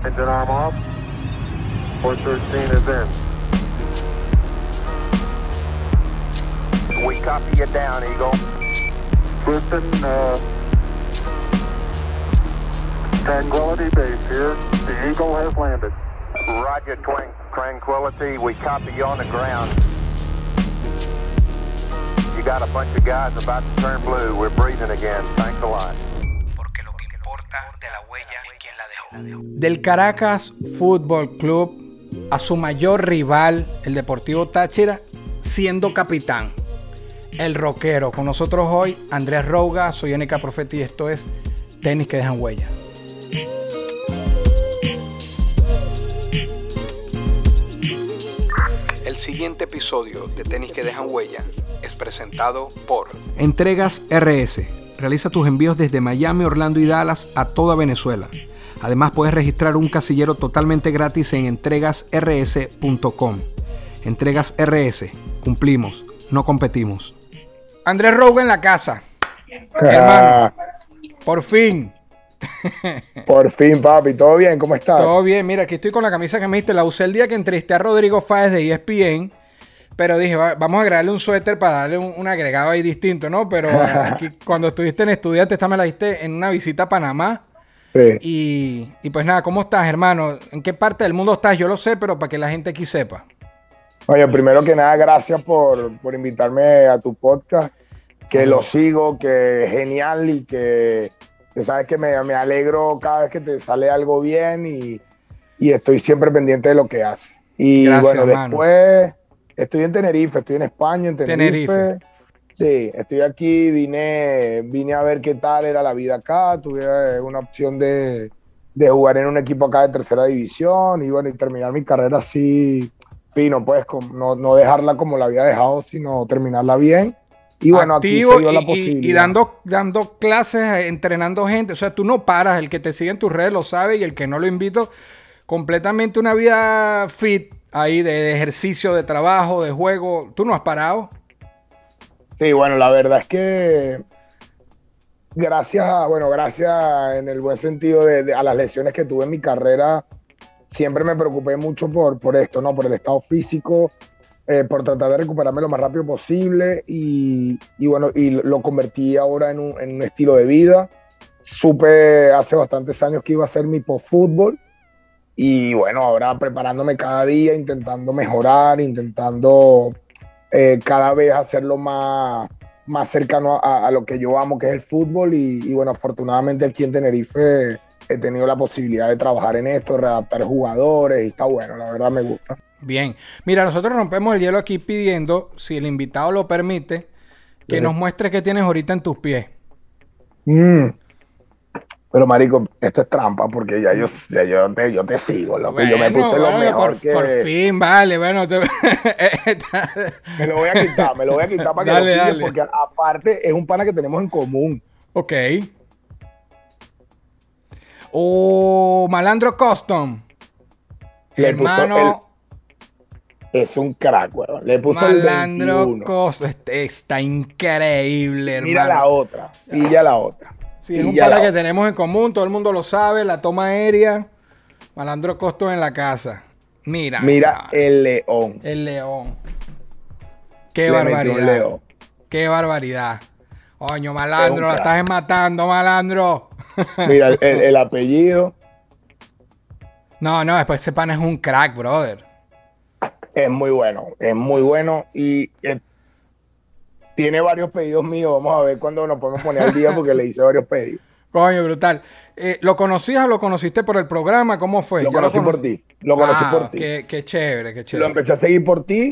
Engine arm off. 413 is in. We copy you down, Eagle. Houston, Tranquility Base here. The Eagle has landed. Roger, Tranquility. We copy you on the ground. You got a bunch of guys about to turn blue. We're breathing again. Thanks a lot. Porque lo que importa de la huella es quién la dejó. Del Caracas Fútbol Club a su mayor rival, el Deportivo Táchira, siendo capitán, el rockero. Con nosotros hoy, Andrés Rouga, soy N.K. Profeta y esto es Tenis que Dejan Huella. El siguiente episodio de Tenis que Dejan Huella es presentado por Entregas RS. Realiza tus envíos desde Miami, Orlando y Dallas a toda Venezuela. Además puedes registrar un casillero totalmente gratis en entregasrs.com. Entregas RS. Cumplimos, no competimos. Andrés Rouga en la casa. Hermano, por fin. Por fin, papi. ¿Todo bien? ¿Cómo estás? Todo bien. Mira, aquí estoy con la camisa que me diste. La usé el día que entrevisté a Rodrigo Fáez de ESPN. Pero dije, vamos a agregarle un suéter para darle un agregado ahí distinto, ¿no? Pero aquí, cuando estuviste en Estudiantes, esta me la diste en una visita a Panamá. Sí. Y pues nada, ¿cómo estás, hermano? ¿En qué parte del mundo estás? Yo lo sé, pero para que la gente aquí sepa. Oye, primero que nada, gracias por invitarme a tu podcast. Que lo sigo, que es genial y que sabes que me alegro cada vez que te sale algo bien y estoy siempre pendiente de lo que haces. Y gracias, bueno, hermano. Después estoy en Tenerife, estoy en España, en Tenerife. Sí, estoy aquí, vine a ver qué tal era la vida acá. Tuve una opción de jugar en un equipo acá de tercera división y bueno, y terminar mi carrera así fino, pues no dejarla como la había dejado, sino terminarla bien. Y bueno, activo, aquí se dio la posibilidad. Y dando clases, entrenando gente. O sea, tú no paras. El que te sigue en tus redes lo sabe y el que no lo invito, completamente una vida fit ahí de ejercicio, de trabajo, de juego. ¿Tú no has parado? Sí, bueno, la verdad es que gracias en el buen sentido a las lesiones que tuve en mi carrera, siempre me preocupé mucho por esto, ¿no? Por el estado físico, por tratar de recuperarme lo más rápido posible y bueno, y lo convertí ahora en un estilo de vida. Supe hace bastantes años que iba a ser mi post-fútbol y bueno, ahora preparándome cada día, intentando mejorar, intentando cada vez hacerlo más cercano a lo que yo amo, que es el fútbol y bueno, afortunadamente aquí en Tenerife he tenido la posibilidad de trabajar en esto, readaptar jugadores y está bueno, la verdad me gusta. Bien, mira, nosotros rompemos el hielo aquí pidiendo, si el invitado lo permite, que nos muestres qué tienes ahorita en tus pies. Pero marico, esto es trampa porque yo te sigo, loco. Bueno, yo me puse lo mejor por fin, vale, bueno. Me lo voy a quitar para que dale, lo pilles porque aparte es un pana que tenemos en común. Ok. Malandro Custom. Hermano. Es un crack, weón. Le puso Malandro el 21. Custom. Está increíble, hermano. Mira la otra. Pilla la otra. Sí, es un pana que tenemos en común, todo el mundo lo sabe, la toma aérea, Malandro Custom en la casa. Mira el león. El león. Qué barbaridad. León. Qué barbaridad. Coño, Malandro, la estás matando, Malandro. Mira el apellido. No, después ese pana es un crack, brother. Es muy bueno y tiene varios pedidos míos. Vamos a ver cuándo nos podemos poner al día porque le hice varios pedidos. Coño, brutal. ¿Lo conocías o lo conociste por el programa? ¿Cómo fue? Lo conocí por ti. Lo conocí por ti. Qué chévere. Lo empecé a seguir por ti.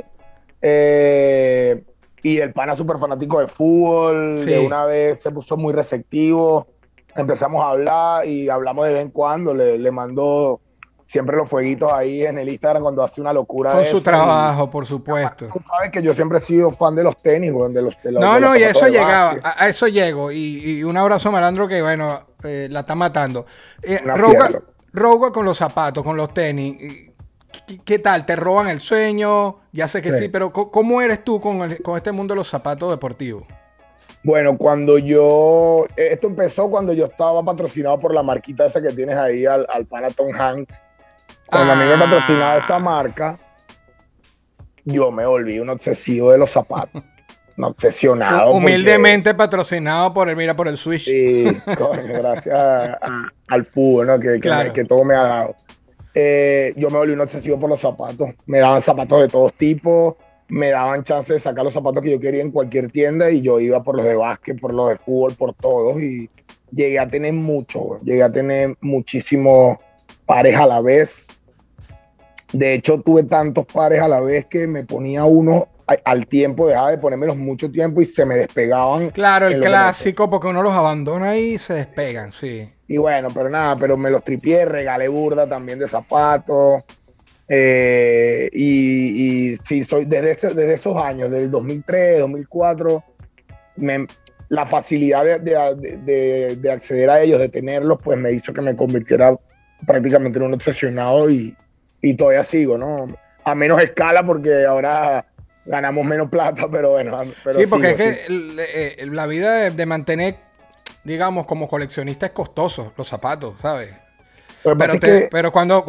Y el pana súper fanático de fútbol. Sí. De una vez se puso muy receptivo. Empezamos a hablar y hablamos de vez en cuando. Le mando siempre los fueguitos ahí en el Instagram cuando hace una locura. Con su trabajo, por supuesto. Tú sabes que yo siempre he sido fan de los tenis, güey, de los No, y eso llegaba, a eso llego. Y un abrazo a Malandro que, bueno, la está matando. Rouga con los zapatos, con los tenis. ¿Qué tal? ¿Te roban el sueño? Ya sé que sí, pero ¿cómo eres tú con este mundo de los zapatos deportivos? Bueno, esto empezó cuando yo estaba patrocinado por la marquita esa que tienes ahí, al pana Tom Hanks. Cuando a mí me patrocinaba esta marca, yo me volví un obsesivo de los zapatos. Un obsesionado. Humildemente patrocinado por el Switch. Sí, coño, gracias al fútbol, ¿no? Que todo me ha dado. Yo me volví un obsesivo por los zapatos. Me daban zapatos de todos tipos. Me daban chance de sacar los zapatos que yo quería en cualquier tienda y yo iba por los de básquet, por los de fútbol, por todos y llegué a tener muchísimos pares a la vez. De hecho, tuve tantos pares a la vez que me ponía uno al tiempo, dejaba de ponérmelos mucho tiempo y se me despegaban. Claro, el clásico, porque uno los abandona y se despegan, sí. Y bueno, pero me los tripié, regalé burda también de zapatos. Y sí, soy desde esos años, del 2003, 2004, la facilidad de acceder a ellos, de tenerlos, pues me hizo que me convirtiera prácticamente en un obsesionado y todavía sigo, ¿no? A menos escala porque ahora ganamos menos plata, pero bueno. Pero sí, porque sigo, es que la vida de mantener, digamos, como coleccionista es costoso, los zapatos, ¿sabes? Pero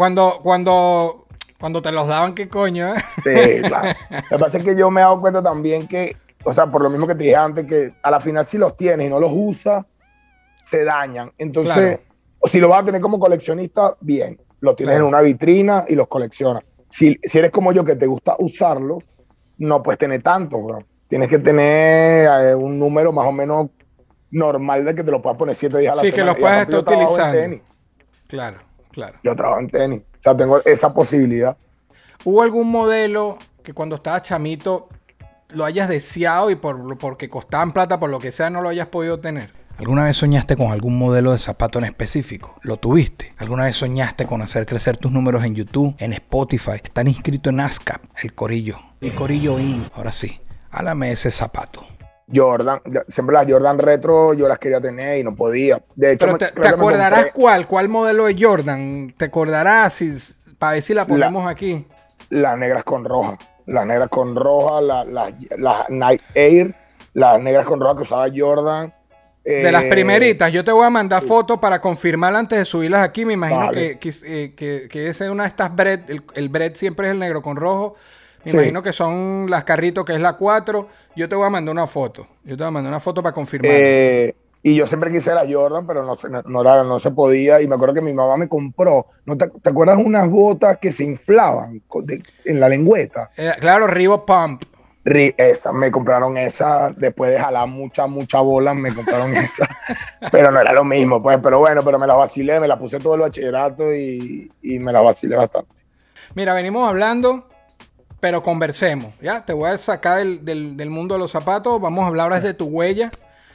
cuando te los daban, ¿qué coño? Sí, claro. Lo que pasa es que yo me he dado cuenta también que, o sea, por lo mismo que te dije antes, que a la final si los tienes y no los usas, se dañan. Entonces, claro, si lo vas a tener como coleccionista, bien. Los tienes en una vitrina y los coleccionas. Si eres como yo, que te gusta usarlos, no puedes tener tanto, bro. Tienes que tener un número más o menos normal de que te lo puedas poner 7 días a la semana. Sí, que los puedas estar utilizando. Claro. Yo trabajo en tenis. O sea, tengo esa posibilidad. ¿Hubo algún modelo que cuando estabas chamito lo hayas deseado y porque costaban plata, por lo que sea, no lo hayas podido tener? ¿Alguna vez soñaste con algún modelo de zapato en específico? ¿Lo tuviste? ¿Alguna vez soñaste con hacer crecer tus números en YouTube, en Spotify? Están inscritos en ASCAP, el Corillo. El Corillo IN. Ahora sí, háblame ese zapato. Jordan, siempre las Jordan Retro yo las quería tener y no podía. De hecho, pero ¿te acordarás cuál modelo de Jordan? ¿Te acordarás para ver si la ponemos aquí? Las negras con roja. Las negras con roja, las Night Air, las negras con roja que usaba Jordan. De las primeritas, yo te voy a mandar fotos para confirmar antes de subirlas aquí. Me imagino que esa es una de estas bread. El bread siempre es el negro con rojo. Me imagino que son las Carrito, que es la 4. Yo te voy a mandar una foto. Para confirmar. Y yo siempre quise la Jordan, pero no se podía. Y me acuerdo que mi mamá me compró. ¿No te acuerdas unas botas que se inflaban en la lengüeta? Claro, Reebok Pump. Me compraron esa. Después de jalar mucha bola, me compraron esa. Pero no era lo mismo, pues. Pero bueno, me las vacilé. Me las puse todo el bachillerato y me las vacilé bastante. Mira, venimos hablando... Pero conversemos, ¿ya? Te voy a sacar del mundo de los zapatos. Vamos a hablar ahora de tu huella.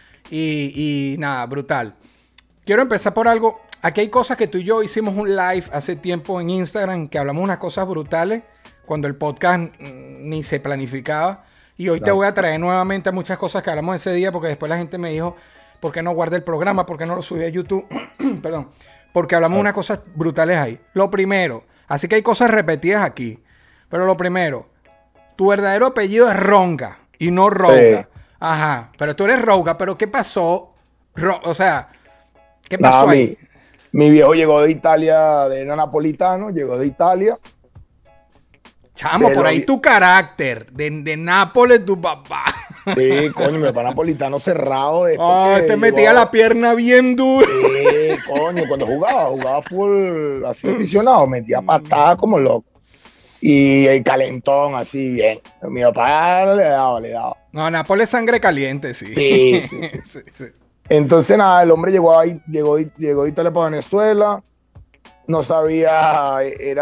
Y nada, brutal. Quiero empezar por algo. Aquí hay cosas que tú y yo hicimos un live hace tiempo en Instagram, que hablamos unas cosas brutales cuando el podcast ni se planificaba. Y hoy te voy a traer nuevamente muchas cosas que hablamos ese día, porque después la gente me dijo, ¿por qué no guardé el programa? ¿Por qué no lo subí a YouTube? Perdón. Porque hablamos unas cosas brutales ahí. Lo primero, así que hay cosas repetidas aquí. Pero lo primero, tu verdadero apellido es Ronga y no Rouga. Sí. Ajá, pero tú eres Rouga, pero ¿qué pasó? ¿Qué pasó ahí? Mi viejo llegó de Italia, era napolitano, llegó de Italia. Chamo, por ahí tu carácter, de Nápoles tu papá. Sí, coño, mi papá napolitano cerrado. Te metía la pierna bien duro. Sí, coño, cuando jugaba full, así aficionado, metía patada como loco. Y el calentón, así bien. Mi papá le daba. No, Nápoles es sangre caliente, sí. Sí. Entonces, nada, el hombre llegó de Italia para Venezuela. No sabía,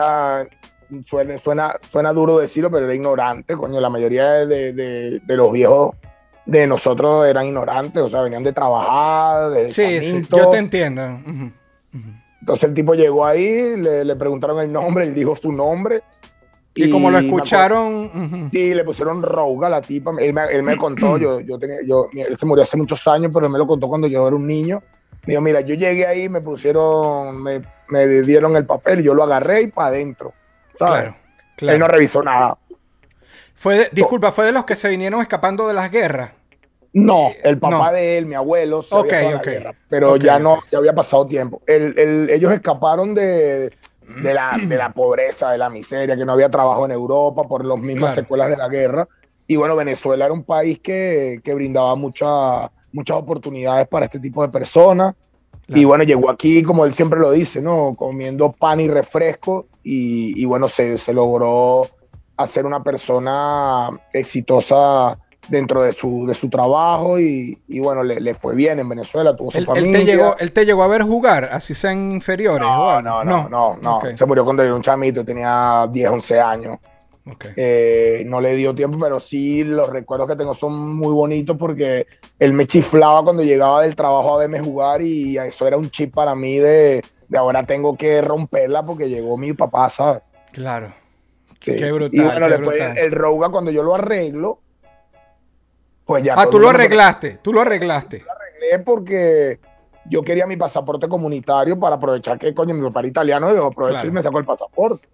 suena duro decirlo, pero era ignorante, coño. La mayoría de los viejos de nosotros eran ignorantes, o sea, venían de trabajar, de sí, yo te entiendo. Uh-huh. Entonces el tipo llegó ahí, le preguntaron el nombre, él dijo su nombre. Y como lo escucharon... Sí, le pusieron Rouga a la tipa. Él me contó, él se murió hace muchos años, pero él me lo contó cuando yo era un niño. Me dijo, mira, yo llegué ahí, me dieron el papel, yo lo agarré y para adentro. ¿Sabes? Claro. Él no revisó nada. ¿Fue de los que se vinieron escapando de las guerras? No, el papá no. de él, mi abuelo, se Ok, había estado en ok. la guerra, pero Ok, ya no, ok. ya había pasado tiempo. Ellos escaparon de la pobreza, de la miseria, que no había trabajo en Europa por las mismas Claro. secuelas de la guerra. Y bueno, Venezuela era un país que brindaba muchas oportunidades para este tipo de personas. Y Claro. bueno, llegó aquí, como él siempre lo dice, ¿no? Comiendo pan y refresco. Y bueno, se logró hacer una persona exitosa dentro de su trabajo. Y bueno, le fue bien en Venezuela, tuvo su familia. Él te llegó a ver jugar, así sean inferiores o No, algo. no, no, no, no. Ok, Se murió cuando era un chamito, tenía 10, 11 años. ok. No le dio tiempo, pero sí los recuerdos que tengo son muy bonitos porque él me chiflaba cuando llegaba del trabajo a verme jugar y eso era un chip para mí de ahora tengo que romperla porque llegó mi papá, ¿sabes? Claro. Sí. Qué brutal, Y bueno, qué después brutal. el Roga, cuando yo lo arreglo, pues ya Ah, todo tú el lo mundo me arreglaste, tú lo arreglaste. arreglé porque yo quería mi pasaporte comunitario para aprovechar que, coño, mi papá era italiano, y lo aprovecho Claro. y me saco el pasaporte.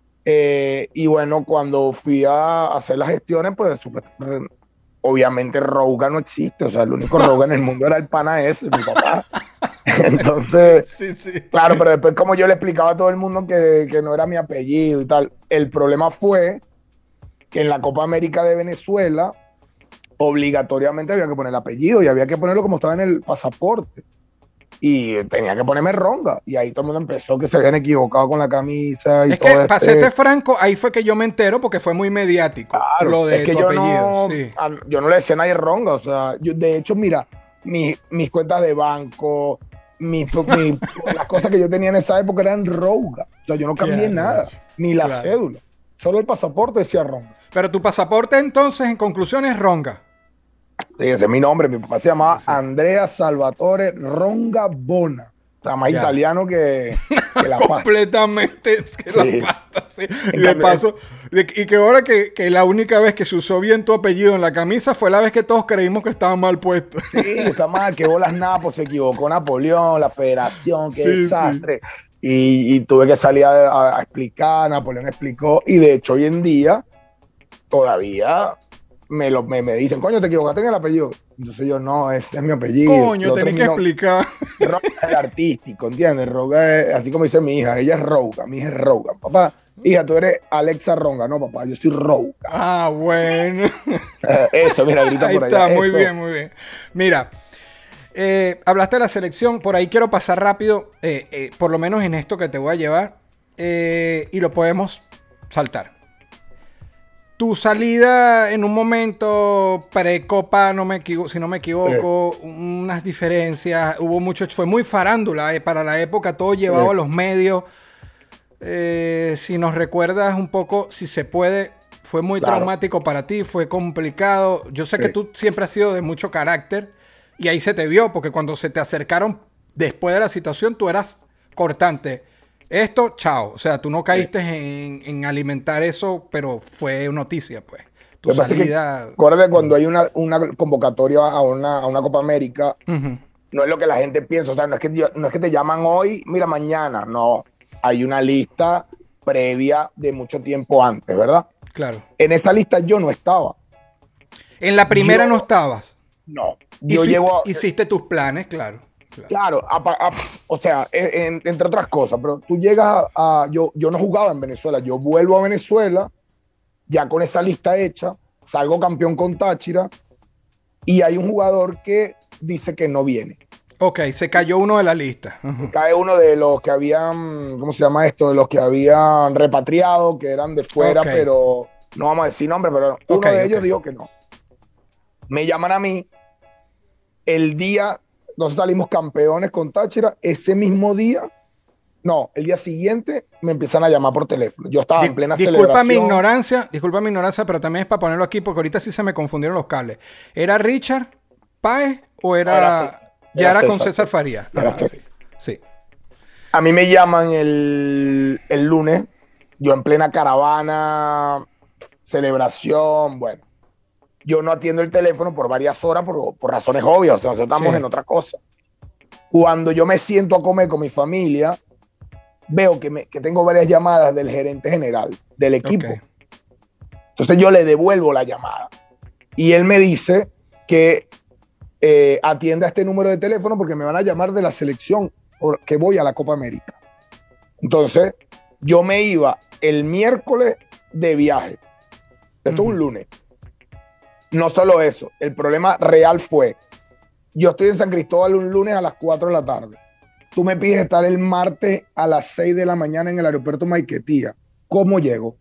Y bueno, cuando fui a hacer las gestiones, pues obviamente Roga no existe, o sea, el único Roga en el mundo era el pana ese, mi papá. Entonces, Sí, sí. claro, pero después como yo le explicaba a todo el mundo que no era mi apellido y tal, el problema fue que en la Copa América de Venezuela obligatoriamente había que poner el apellido y había que ponerlo como estaba en el pasaporte. Y tenía que ponerme Ronga. Y ahí todo el mundo empezó que se habían equivocado con la camisa y Es todo que, para serte franco, ahí fue que yo me entero porque fue muy mediático Claro, lo de es que tu yo apellido. no, Sí. yo no le decía a nadie Ronga. O sea, de hecho, mira, mis cuentas de banco, las cosas que yo tenía en esa época eran Ronga. O sea, yo no cambié Qué nada, arrecho. ni la Claro. cédula. Solo el pasaporte decía Ronga. Pero tu pasaporte entonces, en conclusión, es Ronga. Sí, ese es mi nombre. Mi papá se llamaba Sí. Andrea Salvatore Ronga Bona. O sea, más Ya. italiano que la pasta. Completamente, es que Sí. la pasta, sí. Y En de cambio, paso, y que ahora que la única vez que se usó bien tu apellido en la camisa fue la vez que todos creímos que estaba mal puesto. Sí, está mal, que bolas Napo, se equivocó Napoleón, la federación, qué Sí, desastre. Y tuve que salir a explicar, Napoleón explicó, y de hecho hoy en día todavía me dicen, coño, te equivocaste en el apellido. Entonces yo, no, ese es mi apellido. Coño, Lo otro tenés es que mi nombre. explicar. Roga es el artístico, ¿entiendes? Roga es, así como dice mi hija, ella es Roga, mi hija es Roga. Papá, hija, tú eres Alexa Ronga, no, papá, yo soy Roga. Ah, bueno. Eso, mira, grita Ahí por allá. está, muy Esto. bien, muy bien. Mira, hablaste de la selección, por ahí quiero pasar rápido, por lo menos en esto que te voy a llevar, y lo podemos saltar. Tu salida en un momento pre-copa, si no me equivoco, unas diferencias, hubo mucho, fue muy farándula, para la época todo llevado a los medios. Si nos recuerdas un poco, si se puede, fue muy traumático para ti, fue complicado. Yo sé que tú siempre has sido de mucho carácter y ahí se te vio, porque cuando se te acercaron después de la situación, tú eras cortante. Esto, chao. O sea, tú no caíste en alimentar eso, pero fue noticia, pues. Tu salida. Acuérdate cuando hay una convocatoria a una Copa América, no es lo que la gente piensa. O sea, no es que te llaman hoy, mira, mañana. No. Hay una lista previa de mucho tiempo antes, ¿verdad? Claro. En esta lista yo no estaba. En la primera no estabas. No. Yo llego. Hiciste tus planes, claro. Claro, o sea, entre otras cosas, pero tú llegas yo no jugaba en Venezuela, yo vuelvo a Venezuela, ya con esa lista hecha, salgo campeón con Táchira, y hay un jugador que dice que no viene. Ok, se cayó uno de la lista. Cae uno de los que habían, ¿cómo se llama esto? De los que habían repatriado, que eran de fuera, pero no vamos a decir nombre, pero uno de ellos dijo que no. Me llaman a mí el día. Nosotros salimos campeones con Táchira. Ese mismo día, no, el día siguiente me empiezan a llamar por teléfono. Yo estaba en plena celebración. Disculpa mi ignorancia, pero también es para ponerlo aquí, porque ahorita sí se me confundieron los cables. ¿Era Richard Páez o era con César Farías? Sí. A mí me llaman el lunes, yo en plena caravana, celebración, bueno. Yo no atiendo el teléfono por varias horas por razones obvias, o sea, nosotros estamos en otra cosa. Cuando yo me siento a comer con mi familia, veo que tengo varias llamadas del gerente general del equipo. Entonces yo le devuelvo la llamada y él me dice que atienda a este número de teléfono porque me van a llamar de la selección que voy a la Copa América. Entonces, yo me iba el miércoles de viaje. Esto es un lunes. No solo eso, el problema real fue, yo estoy en San Cristóbal un lunes a las 4 de la tarde. Tú me pides estar el martes a las 6 de la mañana en el aeropuerto Maiquetía. ¿Cómo llego?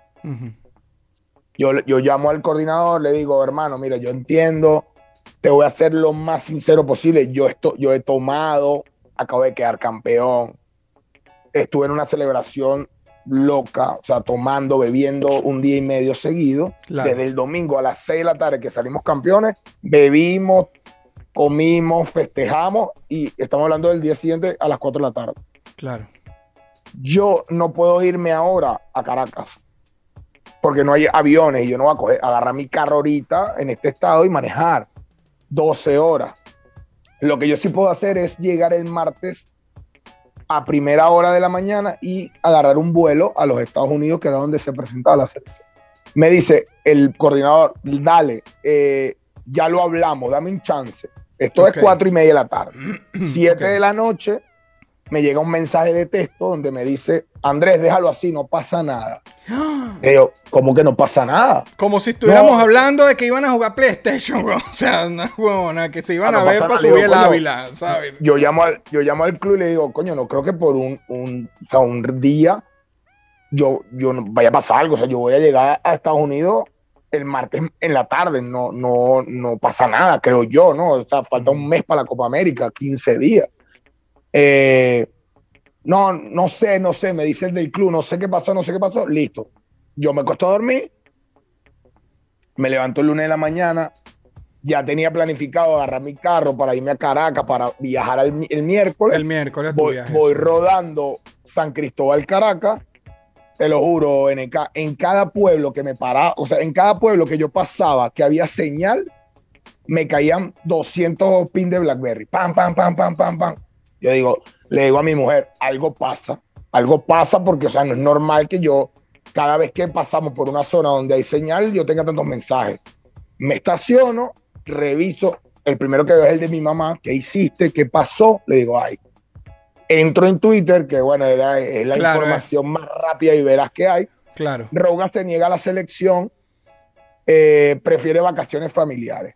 Yo llamo al coordinador, le digo, hermano, mira, yo entiendo, te voy a hacer lo más sincero posible. Yo he tomado, acabo de quedar campeón. Estuve en una celebración loca, o sea, tomando, bebiendo un día y medio seguido. Claro. Desde el domingo a las 6 de la tarde que salimos campeones, bebimos, comimos, festejamos y estamos hablando del día siguiente a las 4 de la tarde. Claro. Yo no puedo irme ahora a Caracas porque no hay aviones y yo no voy a agarrar mi carro ahorita en este estado y manejar 12 horas. Lo que yo sí puedo hacer es llegar el martes a primera hora de la mañana y agarrar un vuelo a los Estados Unidos, que era donde se presentaba la selección. Me dice el coordinador, dale, ya lo hablamos, dame un chance. Esto es 4:30 de la tarde. 7 de la noche, me llega un mensaje de texto donde me dice, Andrés, déjalo así, no pasa nada. Pero, ¿cómo que no pasa nada? Como si estuviéramos hablando de que iban a jugar PlayStation, bro. O sea, una que se iban a ver para subir el Ávila, ¿sabes? Yo llamo al club y le digo, coño, no creo que por un día yo no vaya a pasar algo. O sea, yo voy a llegar a Estados Unidos el martes en la tarde. No pasa nada, creo yo, ¿no? O sea, falta un mes para la Copa América, 15 días. No sé, me dice el del club, no sé qué pasó, listo. Yo me acuesto a dormir, me levanto el lunes de la mañana, ya tenía planificado agarrar mi carro para irme a Caracas, para viajar el miércoles. El miércoles voy rodando San Cristóbal, Caracas, te lo juro, en cada pueblo que me paraba, o sea, en cada pueblo que yo pasaba, que había señal, me caían 200 pins de BlackBerry, pam, pam, pam, pam, pam, pam. Yo le digo a mi mujer, algo pasa porque, o sea, no es normal que yo, cada vez que pasamos por una zona donde hay señal, yo tenga tantos mensajes. Me estaciono, reviso, el primero que veo es el de mi mamá, ¿qué hiciste? ¿Qué pasó? Le digo, ay. Entro en Twitter, que bueno, es la información más rápida y veraz que hay. Claro. Rogas se niega a la selección, prefiere vacaciones familiares.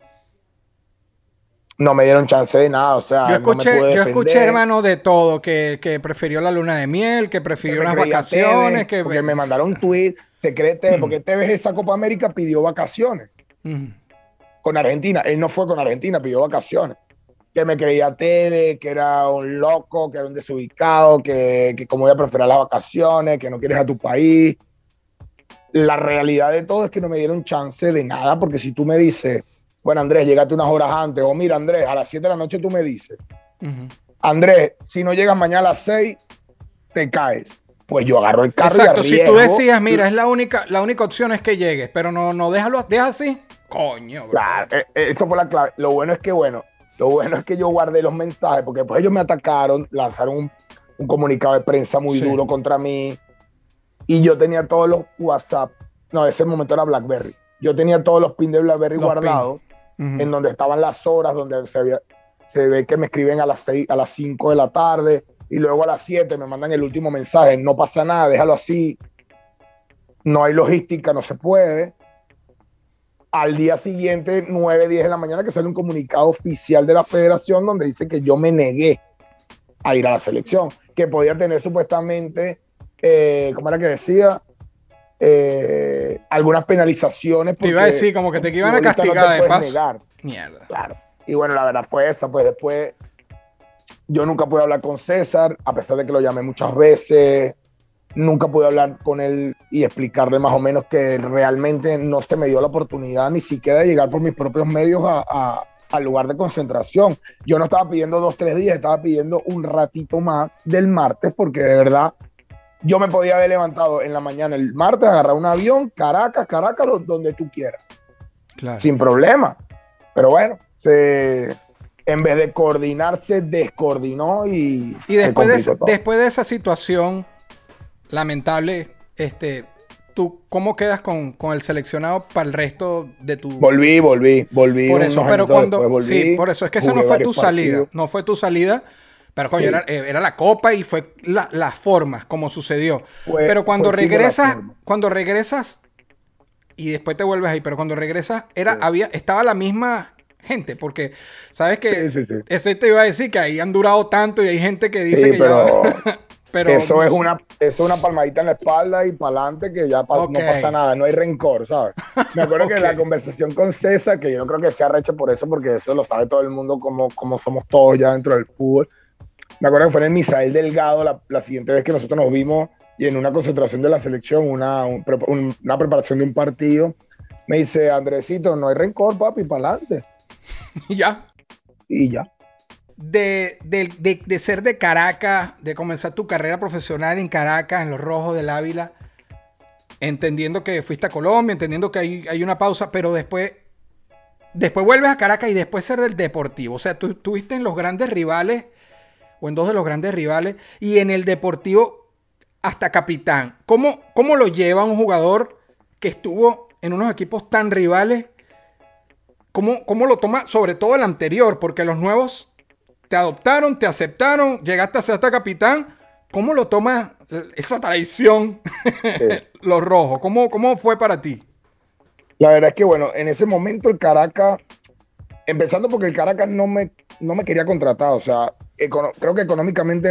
No me dieron chance de nada, o sea, yo escuché, hermano, de todo, que prefirió la luna de miel, que prefirió unas vacaciones, porque me mandaron un tweet, se cree TV, porque TV esa Copa América pidió vacaciones con Argentina. Él no fue con Argentina, pidió vacaciones. Que me creía TV, que era un loco, que era un desubicado, que como voy a preferir las vacaciones, que no quieres a tu país. La realidad de todo es que no me dieron chance de nada, porque si tú me dices, bueno, Andrés, llegate unas horas antes. O mira, Andrés, a las 7 de la noche tú me dices. Andrés, si no llegas mañana a las 6, te caes. Pues yo agarro el carro. Exacto, y arriesgo. Si tú decías, mira, es la única opción es que llegues, pero no deja así. Coño, bro. Claro, eso fue la clave. Lo bueno es que yo guardé los mensajes, porque después ellos me atacaron, lanzaron un comunicado de prensa muy duro contra mí. Y yo tenía todos los WhatsApp. No, ese momento era BlackBerry. Yo tenía todos los pins de BlackBerry guardados. En donde estaban las horas, donde se ve que me escriben a las 6, a las 5 de la tarde, y luego a las 7 me mandan el último mensaje, no pasa nada, déjalo así, no hay logística, no se puede. Al día siguiente, 9, 10 de la mañana, que sale un comunicado oficial de la federación donde dice que yo me negué a ir a la selección, que podía tener supuestamente, ¿cómo era que decía? Algunas penalizaciones. Te iba a decir, como que te iban a castigar de paso. Negar. Mierda. Claro. Y bueno, la verdad fue esa. Pues después yo nunca pude hablar con César, a pesar de que lo llamé muchas veces. Nunca pude hablar con él y explicarle más o menos que realmente no se me dio la oportunidad ni siquiera de llegar por mis propios medios al lugar de concentración. Yo no estaba pidiendo 2, 3 días, estaba pidiendo un ratito más del martes, porque de verdad yo me podía haber levantado en la mañana el martes, agarrar un avión, Caracas, donde tú quieras. Claro. Sin problema. Pero bueno, en vez de coordinarse, descoordinó y después de esa situación lamentable, ¿tú cómo quedas con el seleccionado para el resto de tu...? Volví. Por eso, pero cuando... volví, sí, por eso, es que esa no fue tu salida. No fue tu salida, pero coño, Sí. era la copa y fue las formas, como sucedió. Pero cuando fue chimbo la regresas y después te vuelves ahí, pero cuando regresas, Sí. estaba la misma gente, porque sabes que Sí. eso te iba a decir que ahí han durado tanto y hay gente que dice Sí, que pero, ya... pero eso es una palmadita en la espalda y para adelante que ya Ok. no pasa nada, no hay rencor, ¿sabes? Me acuerdo que Ok. la conversación con César, que yo no creo que sea recha por eso, porque eso lo sabe todo el mundo como somos todos ya dentro del fútbol. Me acuerdo que fue en el Misael Delgado la siguiente vez que nosotros nos vimos y en una concentración de la selección, una preparación de un partido, me dice, Andresito, no hay rencor, papi, para adelante. Y ya. Y ya. De ser de Caracas, de comenzar tu carrera profesional en Caracas, en los Rojos del Ávila, entendiendo que fuiste a Colombia, entendiendo que hay una pausa, pero después vuelves a Caracas y después ser del Deportivo. O sea, tú estuviste en los grandes rivales, o en dos de los grandes rivales, y en el Deportivo hasta capitán. ¿Cómo lo lleva un jugador que estuvo en unos equipos tan rivales? ¿Cómo lo toma, sobre todo el anterior? Porque los nuevos te adoptaron, te aceptaron, llegaste a ser hasta capitán. ¿Cómo lo toma esa traición Sí. los rojos? ¿Cómo fue para ti? La verdad es que, bueno, en ese momento el Caracas, empezando porque el Caracas no me quería contratar, o sea, creo que económicamente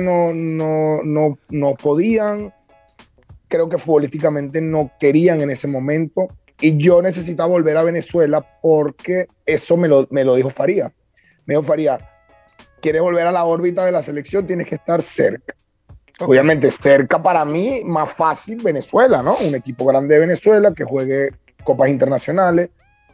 no podían, creo que futbolísticamente no querían en ese momento, y yo necesitaba volver a Venezuela porque eso me lo dijo Faría. Me dijo Faría, ¿quieres volver a la órbita de la selección? Tienes que estar cerca. Ok. Obviamente, cerca para mí, más fácil Venezuela, ¿no? Un equipo grande de Venezuela que juegue copas internacionales.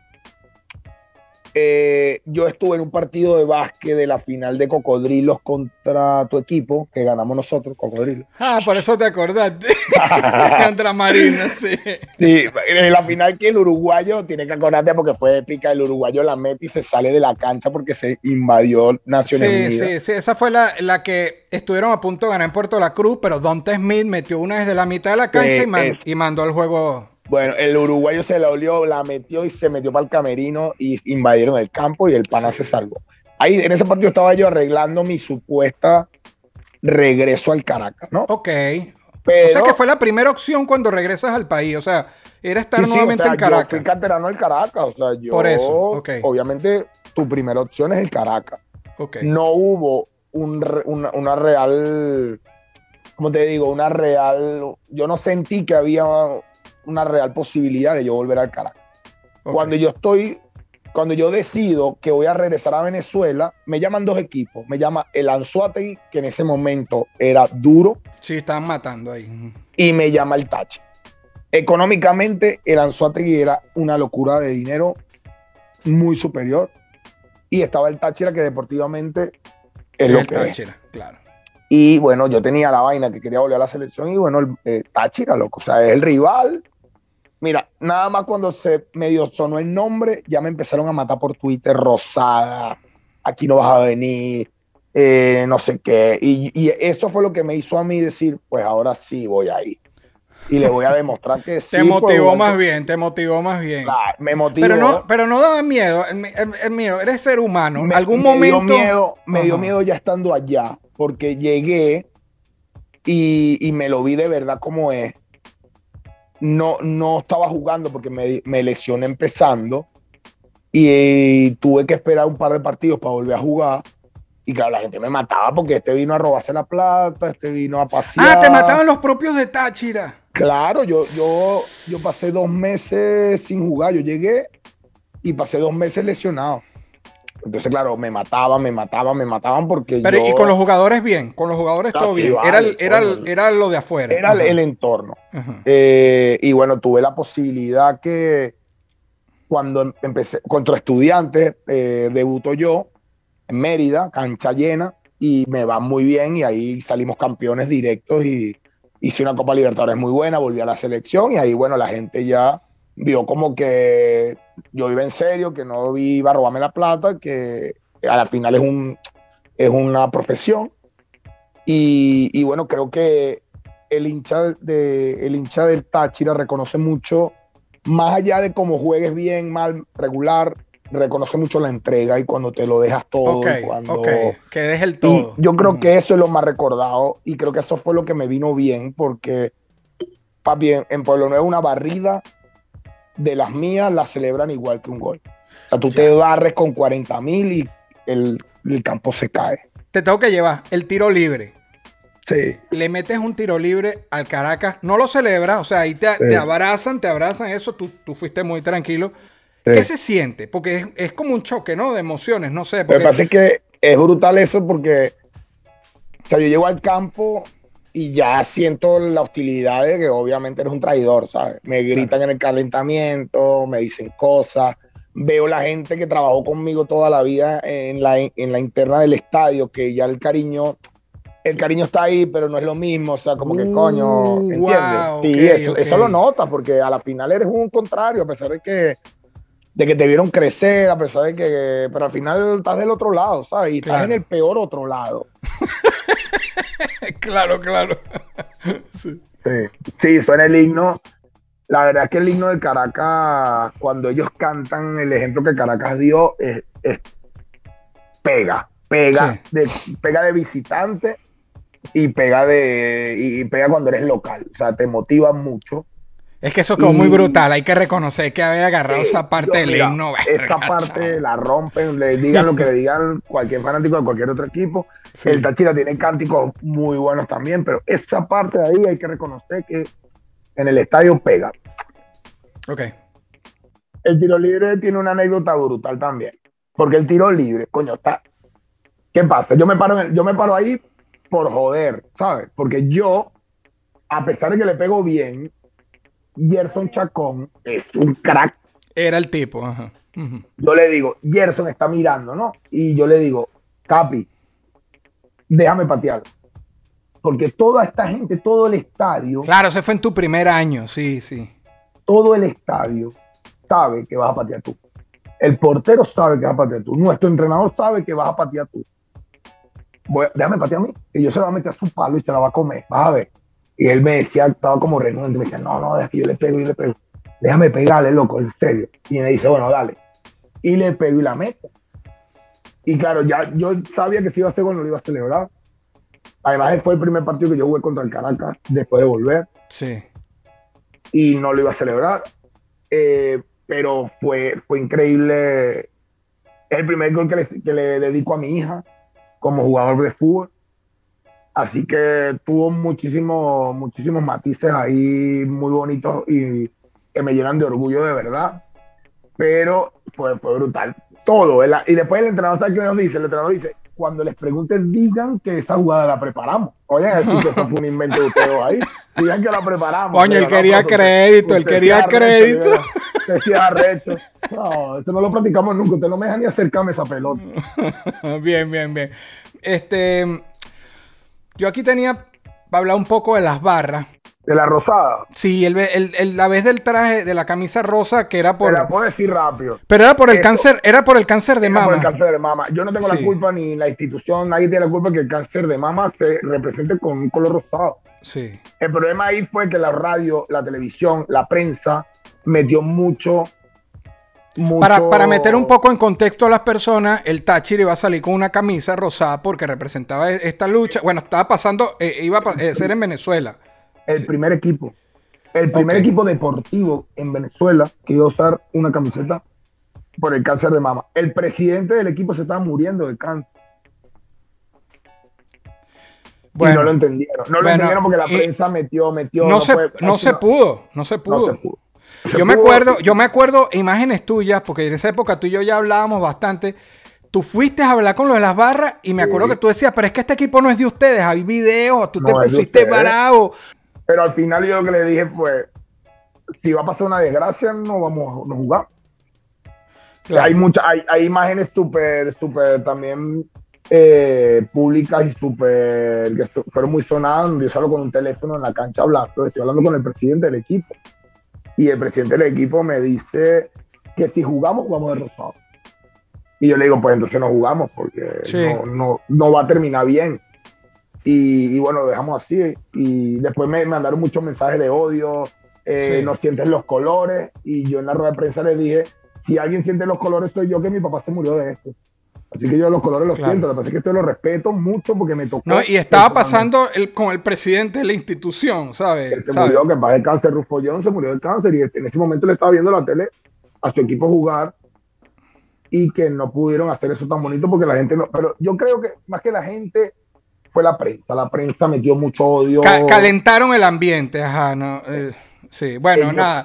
Yo estuve en un partido de básquet de la final de Cocodrilos contra tu equipo, que ganamos nosotros, Cocodrilos. Ah, por eso te acordaste. Contra Marina, sí. Sí, en la final que el uruguayo, tiene que acordarte porque fue épica, el uruguayo la mete y se sale de la cancha porque se invadió Naciones Unidas. Sí, esa fue la que estuvieron a punto de ganar en Puerto La Cruz, pero Donta Smith metió una desde la mitad de la cancha y mandó el juego. Bueno, el uruguayo se la olió, la metió y se metió para el camerino y invadieron el campo y el pana se salvó. Ahí en ese partido estaba yo arreglando mi supuesta regreso al Caracas, ¿no? Ok. Pero, o sea que fue la primera opción cuando regresas al país, o sea, era estar nuevamente o sea, en Caracas. Yo fui canterano del Caracas, o sea, yo... Por eso, ok. Obviamente, tu primera opción es el Caracas. Ok. No hubo una real... ¿Cómo te digo? Una real... Yo no sentí que había una real posibilidad de yo volver al Caracas. Ok. Cuando yo decido que voy a regresar a Venezuela, me llaman dos equipos. Me llama el Anzoátegui, que en ese momento era duro, Sí, estaban matando ahí. y me llama el Táchira. Económicamente, el Anzoátegui era una locura de dinero muy superior. Y estaba el Táchira, que deportivamente es lo El que es. Táchira, claro. Y bueno, yo tenía la vaina que quería volver a la selección y bueno, Táchira, loco, o sea, es el rival. Mira, nada más cuando se medio sonó el nombre, ya me empezaron a matar por Twitter, Rosada, aquí no vas a venir, no sé qué. Y eso fue lo que me hizo a mí decir, pues ahora sí voy a ir. Y le voy a demostrar que sí. Te motivó pues, más bien, te motivó más bien. Claro, me motivó. Pero no daba miedo. El miedo, eres ser humano. Algún me momento. me dio miedo ya estando allá, porque llegué y me lo vi de verdad como es. No estaba jugando porque me lesioné empezando y tuve que esperar un par de partidos para volver a jugar. Y claro, la gente me mataba porque este vino a robarse la plata, este vino a pasear. Ah, te mataban los propios de Táchira. Claro, yo pasé 2 meses sin jugar. Yo llegué y pasé 2 meses lesionado. Entonces, claro, me mataban porque Pero yo... y con los jugadores bien, con los jugadores No, todo sí, bien. vale, Era lo de afuera. Era Ajá. el entorno. Ajá. Y bueno, tuve la posibilidad que cuando empecé contra Estudiantes, debuto yo en Mérida, cancha llena, y me va muy bien y ahí salimos campeones directos y hice una Copa Libertadores muy buena, volví a la selección y ahí, bueno, la gente ya vio como que yo iba en serio, que no iba a robarme la plata, que a la final es una profesión. Y bueno, creo que el hincha del Táchira reconoce mucho, más allá de cómo juegues bien, mal, regular, reconoce mucho la entrega y cuando te lo dejas todo. Ok, y cuando, ok, que dejes el todo. Y yo creo que eso es lo más recordado y creo que eso fue lo que me vino bien porque, papi, en Pueblo Nuevo una barrida de las mías la celebran igual que un gol. O sea, tú te barres con 40,000 y el campo se cae. Te tengo que llevar el tiro libre. Sí. Le metes un tiro libre al Caracas, no lo celebras, o sea, ahí te abrazan, eso, tú fuiste muy tranquilo. Sí. ¿Qué se siente? Porque es como un choque, ¿no? De emociones, no sé. Porque... Lo que pasa es que es brutal eso porque, o sea, yo llego al campo y ya siento la hostilidad de que obviamente eres un traidor, ¿sabes? Me gritan en el calentamiento, me dicen cosas, veo la gente que trabajó conmigo toda la vida en la interna del estadio, que ya el cariño está ahí, pero no es lo mismo, o sea, como que coño, ¿entiendes? Wow, sí, eso lo notas, porque a la final eres un contrario, a pesar de que te vieron crecer, a pesar de que, pero al final estás del otro lado, ¿sabes? Y estás en el peor otro lado. Claro. Sí, suena el himno. La verdad es que el himno del Caracas, cuando ellos cantan, el ejemplo que Caracas dio, es pega de visitante y pega cuando eres local, o sea, te motiva mucho. Es que eso quedó muy brutal, hay que reconocer que había agarrado esa parte del himno. Esa parte la rompen, le digan lo que le digan cualquier fanático de cualquier otro equipo. Sí. El Táchira tiene cánticos muy buenos también, pero esa parte de ahí hay que reconocer que en el estadio pega. Ok. El tiro libre tiene una anécdota brutal también, porque el tiro libre, coño, está... ¿Qué pasa? Yo me paro ahí por joder, ¿sabes? Porque yo, a pesar de que le pego bien, Gerson Chacón es un crack. Era el tipo, ajá. Uh-huh. Yo le digo, Gerson está mirando, ¿no? Y yo le digo, Capi, déjame patear. Porque toda esta gente, todo el estadio... Claro, ese fue en tu primer año, sí. Todo el estadio sabe que vas a patear tú. El portero sabe que vas a patear tú. Nuestro entrenador sabe que vas a patear tú. Déjame patear a mí. Y yo se la voy a meter a su palo y se la va a comer. Vas a ver. Y él me decía, estaba como renuente, me decía, no, deja que yo le pego. Déjame pegarle, loco, en serio. Y me dice, bueno, dale. Y le pego y la meto. Y claro, ya yo sabía que si iba a hacer gol no lo iba a celebrar. Además, fue el primer partido que yo jugué contra el Caracas después de volver. Sí. Y no lo iba a celebrar. Pero fue increíble. Es el primer gol que le dedico a mi hija como jugador de fútbol. Así que tuvo muchísimos matices ahí muy bonitos y que me llenan de orgullo de verdad. Pero fue brutal. Todo, ¿verdad? Y después el entrenador, ¿sabe qué nos dice? El entrenador dice, cuando les pregunten, digan que esa jugada la preparamos. Oye, decir que eso fue un invento de ustedes ahí. Digan que la preparamos. Coño, él quería crédito, Decía arrecho. No, esto no lo practicamos nunca. Usted no me deja ni acercarme a esa pelota. Bien. Yo aquí tenía para hablar un poco de las barras. ¿De la rosada? Sí, la vez del traje, de la camisa rosa, que era por... Te la puedo decir rápido. Pero era por el cáncer, era por el cáncer de mama. Por el cáncer de mama. Yo no tengo la culpa ni la institución, nadie tiene la culpa que el cáncer de mama se represente con un color rosado. Sí. El problema ahí fue que la radio, la televisión, la prensa metió mucho... Para meter un poco en contexto a las personas, el Táchira iba a salir con una camisa rosada porque representaba esta lucha. Bueno, estaba pasando, iba a ser en Venezuela. El primer equipo deportivo en Venezuela que iba a usar una camiseta por el cáncer de mama. El presidente del equipo se estaba muriendo de cáncer. Bueno, y no lo entendieron. No lo entendieron porque la prensa metió. No se pudo. Yo me acuerdo imágenes tuyas, porque en esa época tú y yo ya hablábamos bastante. Tú fuiste a hablar con lo de las barras y me acuerdo que tú decías, pero es que este equipo no es de ustedes, hay videos, tú te pusiste bravo. Pero al final yo lo que le dije fue, si va a pasar una desgracia, no vamos a jugar. Claro. Hay imágenes súper también públicas y que fueron muy sonadas. Yo salgo con un teléfono en la cancha hablando, estoy hablando con el presidente del equipo. Y el presidente del equipo me dice que si jugamos, vamos de rosado. Y yo le digo, pues entonces no jugamos porque no va a terminar bien. y bueno, lo dejamos así. Y después me mandaron muchos mensajes de odio, Sí. no sientes los colores, y yo en la rueda de prensa les dije, si alguien siente los colores soy yo, que mi papá se murió de esto. Así que yo los colores los Claro. siento, lo que pasa es que esto lo respeto mucho porque me tocó. No, y estaba pasando con el presidente de la institución, Que ¿sabes? se murió, que para el cáncer, Rufo John se murió del cáncer, y en ese momento le estaba viendo la tele a su equipo jugar, y que no pudieron hacer eso tan bonito porque la gente no. Pero yo creo que más que la gente fue la prensa metió mucho odio. Calentaron el ambiente, ajá, no, sí, bueno, Ellos nada.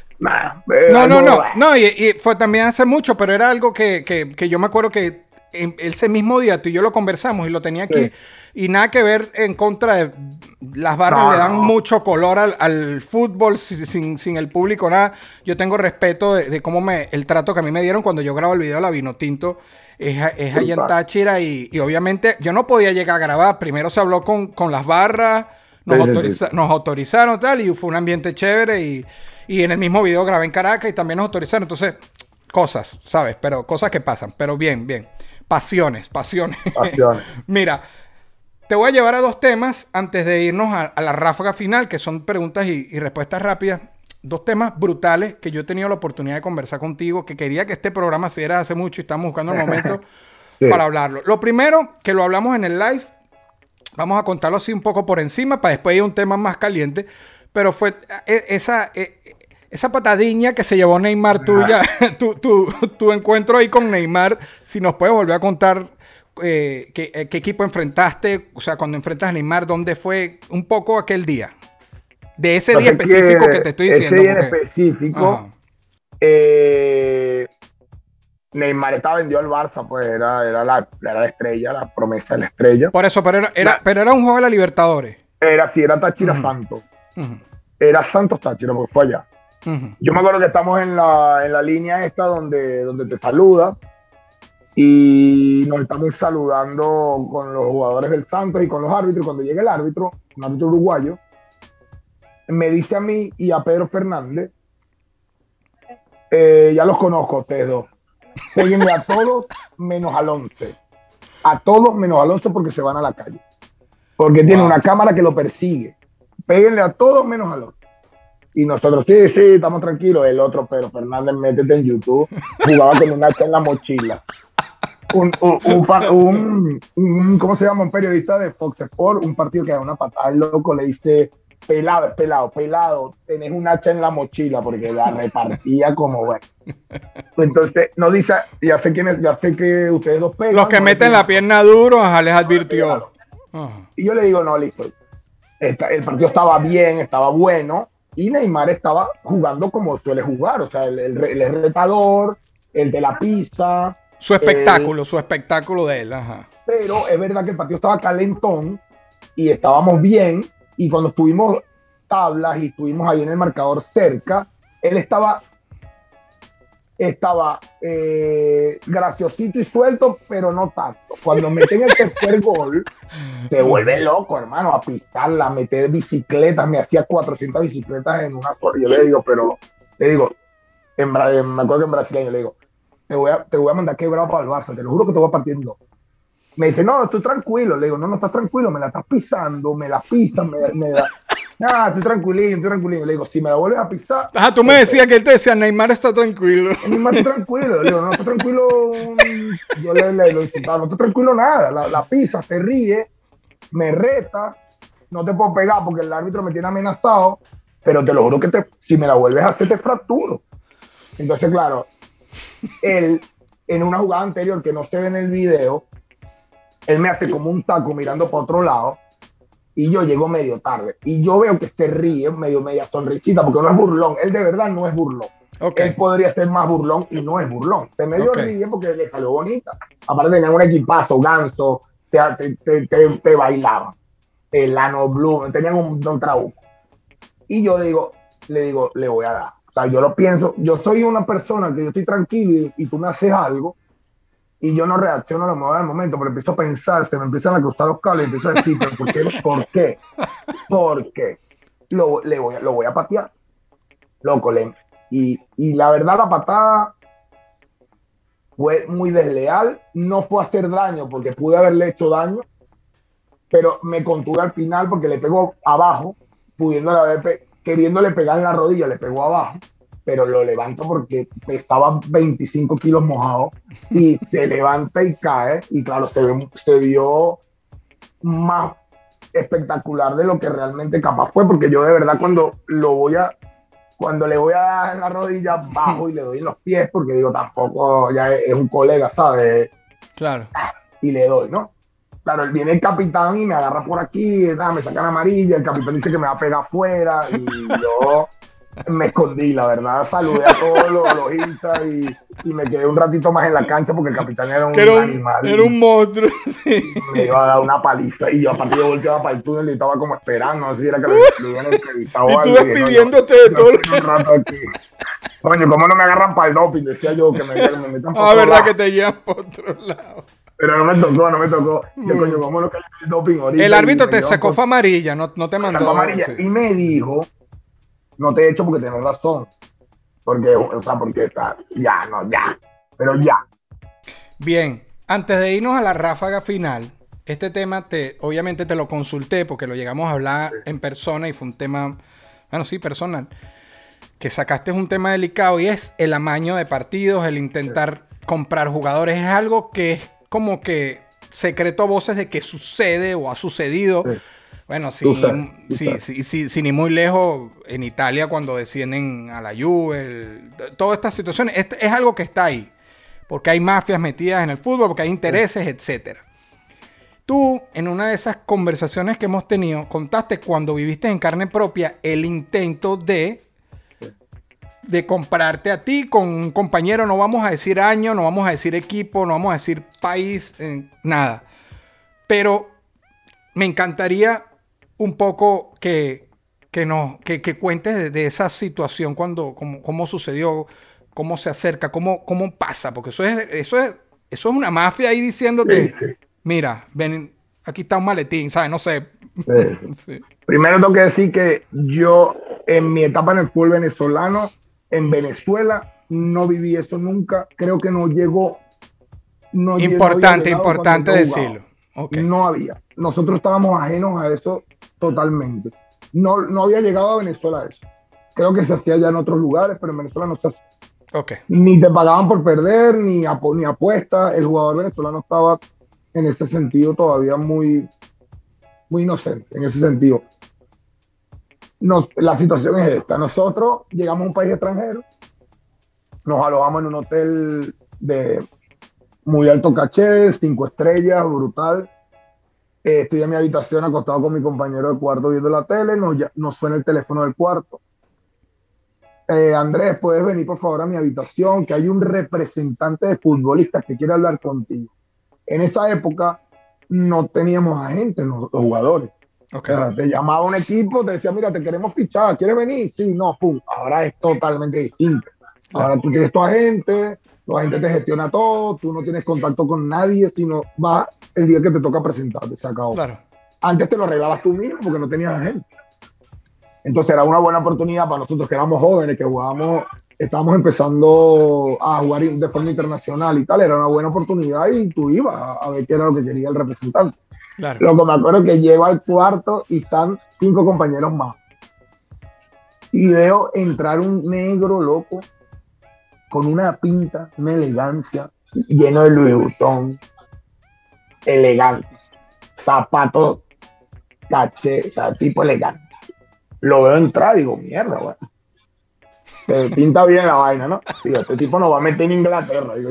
No, Y fue también hace mucho, pero era algo que yo me acuerdo que ese mismo día tú y yo lo conversamos y lo tenía aquí, Sí. y nada que ver en contra de las barras. No, le dan no. mucho color al fútbol sin el público, nada. Yo tengo respeto de cómo el trato que a mí me dieron cuando yo grabo el video de la Vinotinto. Es allá en Táchira, y obviamente yo no podía llegar a grabar. Primero se habló con las barras, Sí. nos autorizaron tal, y fue un ambiente chévere, y en el mismo video grabé en Caracas y también nos autorizaron. Entonces, cosas, ¿sabes? Pero cosas que pasan, pero bien. Pasiones. Pasiones. Mira, te voy a llevar a dos temas antes de irnos a la ráfaga final, que son preguntas y respuestas rápidas. Dos temas brutales que yo he tenido la oportunidad de conversar contigo, que quería que este programa se diera hace mucho y estamos buscando el momento Sí. para hablarlo. Lo primero, que lo hablamos en el live, vamos a contarlo así un poco por encima para después ir a un tema más caliente, pero fue esa patadiña que se llevó Neymar tuya, tu encuentro ahí con Neymar. Si nos puedes volver a contar qué equipo enfrentaste, o sea, cuando enfrentas a Neymar, ¿dónde fue un poco aquel día? De ese día específico que te estoy diciendo. Ese día en específico, Neymar estaba vendido al Barça, pues era la estrella, la promesa de la estrella. Por eso, pero era un juego de la Libertadores. Era Táchira Santos. Era Santos Táchira, porque fue allá. Yo me acuerdo que estamos en la línea esta donde te saludas, y nos estamos saludando con los jugadores del Santos y con los árbitros. Cuando llega el árbitro, un árbitro uruguayo, me dice a mí y a Pedro Fernández, ya los conozco ustedes dos, péguenle a todos menos al 11. A todos menos al 11 porque se van a la calle. Porque tiene una cámara que lo persigue. Péguenle a todos menos al 11. Y nosotros, sí, estamos tranquilos. El otro, Pedro Fernández, métete en YouTube, jugaba con un hacha en la mochila. ¿Cómo se llama? Un periodista de Fox Sports, un partido que da una patada al loco, le dice, pelado, tenés un hacha en la mochila, porque la repartía como bueno. Entonces nos dice, ya sé que ustedes dos pegan. Los que meten la pierna duro, ajá, les advirtió. Y yo le digo, no, listo. El partido estaba bien, estaba bueno, y Neymar estaba jugando como suele jugar, o sea, el retador, el de la pista. Su espectáculo de él, ajá. Pero es verdad que el partido estaba calentón y estábamos bien, y cuando estuvimos tablas y estuvimos ahí en el marcador cerca, él estaba graciosito y suelto, pero no tanto. Cuando meten el tercer gol, se vuelve loco, hermano, a pisarla, a meter bicicletas. Me hacía 400 bicicletas en una sola. Yo le digo, me acuerdo que en brasileño le digo, te voy a mandar quebrado para el Barça, te lo juro que te voy a partir en dos. Me dice, no, estoy tranquilo. Le digo, no estás tranquilo, me la estás pisando, me la pisas, me da. Nah, estoy tranquilito. Le digo, si me la vuelves a pisar. Ajá, tú me decías que él te decía, Neymar está tranquilo. Neymar está tranquilo. Le digo, no está tranquilo. Yo le insultaba, no está tranquilo nada. La pisa, se ríe, me reta, no te puedo pegar porque el árbitro me tiene amenazado, pero te lo juro que si me la vuelves a hacer, te fracturo. Entonces, claro, él, en una jugada anterior que no se ve en el video, él me hace como un taco mirando para otro lado, y yo llego medio tarde. Y yo veo que se ríe, media sonrisita, porque no es burlón. Él de verdad no es burlón. Okay. Él podría ser más burlón y no es burlón. Se medio ríe porque le salió bonita. Aparte tenían un equipazo, Ganso, te bailaban. El Ano Blue, tenían un trabuco. Y yo le voy a dar. O sea, yo lo pienso, yo soy una persona que yo estoy tranquilo y tú me haces algo y yo no reacciono a lo mejor al momento, pero empiezo a pensar, se me empiezan a cruzar los cables y empiezo a decir, ¿pero por qué? ¿Por qué? Lo voy a patear. Loco, y la verdad la patada fue muy desleal, no fue a hacer daño porque pude haberle hecho daño, pero me contuve al final porque le pegó abajo, queriéndole pegar en la rodilla, le pegó abajo, pero lo levanto porque estaba 25 kilos mojado y se levanta y cae, y claro, se vio más espectacular de lo que realmente capaz fue, porque yo de verdad cuando le voy a dar en la rodilla, bajo y le doy en los pies, porque digo, tampoco ya es un colega, ¿sabes? Claro. Y le doy, ¿no? Claro, viene el capitán y me agarra por aquí, me sacan amarilla, el capitán dice que me va a pegar afuera y yo me escondí, la verdad, saludé a todos los hinchas y me quedé un ratito más en la cancha porque el capitán era un animal. Era un monstruo, sí. Me iba a dar una paliza y yo a partir de volteaba para el túnel y estaba como esperando, no sé si era que lo iban a entrevistar o algo. Y tú despidiéndote de todo. Un rato aquí. Coño, ¿cómo no me agarran para el doping? Decía yo que me metan por otro verdad lado. que te llevan por otro lado. Pero no me tocó. Yo, coño, ¿cómo no cae el doping ahorita? El árbitro te sacó fue amarilla, no te mandó. Amarilla. Sí. Y me dijo, no te he hecho porque tienes razón. Porque está, ya. Pero ya. Bien, antes de irnos a la ráfaga final, este tema obviamente te lo consulté porque lo llegamos a hablar en persona y fue un tema, bueno, sí, personal. Que sacaste un tema delicado y es el amaño de partidos, el intentar comprar jugadores. Es algo que es como que secreto a voces de que sucede o ha sucedido. Sí. Bueno, sin ni muy lejos, en Italia cuando descienden a la Juve, todas estas situaciones, es algo que está ahí. Porque hay mafias metidas en el fútbol, porque hay intereses, etc. Tú, en una de esas conversaciones que hemos tenido, contaste cuando viviste en carne propia el intento de comprarte a ti con un compañero, no vamos a decir año, no vamos a decir equipo, no vamos a decir país, nada. Pero me encantaría un poco que cuentes de esa situación, cómo sucedió, cómo se acerca, cómo pasa, porque eso es una mafia ahí diciéndote, mira, ven, aquí está un maletín, ¿sabes? No sé. Sí. Primero tengo que decir que yo, en mi etapa en el fútbol venezolano, en Venezuela, no viví eso nunca. Creo que no llegó. Importante decirlo. Okay. No había. Nosotros estábamos ajenos a eso totalmente. No había llegado a Venezuela eso. Creo que se hacía ya en otros lugares, pero en Venezuela no se hacía. Okay. Ni te pagaban por perder, ni apuestas. El jugador venezolano estaba en ese sentido todavía muy, muy inocente, en ese sentido. La situación es esta. Nosotros llegamos a un país extranjero, nos alojamos en un hotel de muy alto caché, 5 estrellas, brutal. Estoy en mi habitación acostado con mi compañero de cuarto viendo la tele, nos suena el teléfono del cuarto. Andrés, ¿puedes venir por favor a mi habitación? Que hay un representante de futbolistas que quiere hablar contigo. En esa época no teníamos agentes los jugadores. Okay. O sea, te llamaba un equipo, te decía, mira, te queremos fichar, ¿quieres venir? Sí, no, pum. Ahora es totalmente distinto. Ahora tú tienes tu agente te gestiona todo, tú no tienes contacto con nadie, sino vas el día que te toca presentarte, se acabó. Claro. Antes te lo arreglabas tú mismo porque no tenías agente. Entonces era una buena oportunidad para nosotros que éramos jóvenes, que estábamos empezando a jugar de forma internacional y tal, era una buena oportunidad y tú ibas a ver qué era lo que quería el representante. Claro. Lo que me acuerdo es que llego al cuarto y están 5 compañeros más. Y veo entrar un negro loco con una pinta, una elegancia, lleno de Louis Vuitton, elegante, zapatos, caché, o sea, tipo elegante. Lo veo entrar y digo, mierda, güey. Se pinta bien la vaina, ¿no? Digo, este tipo nos va a meter en Inglaterra. Digo,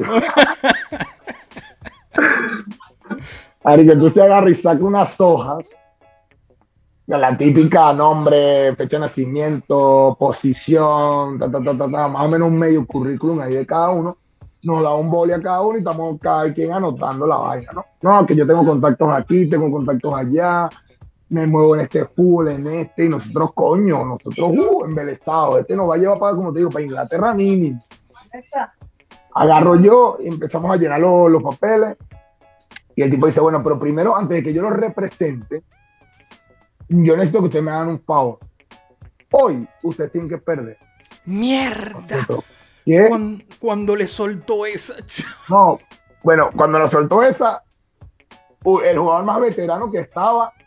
Ari, que tú se agarras y sacas unas hojas, la típica nombre, fecha de nacimiento, posición, más o menos un medio currículum ahí de cada uno. Nos da un boli a cada uno y estamos cada quien anotando la vaina, ¿no? No, que yo tengo contactos aquí, tengo contactos allá, me muevo en este pool, en este, y nosotros, embelesados, este nos va a llevar para, como te digo, para Inglaterra mínimo. Agarro yo y empezamos a llenar los papeles, y el tipo dice, bueno, pero primero, antes de que yo lo represente, yo necesito que ustedes me hagan un favor. Hoy, ustedes tienen que perder. ¡Mierda! ¿Qué? Cuando le soltó esa... No, bueno, cuando lo soltó esa, el jugador más veterano que estaba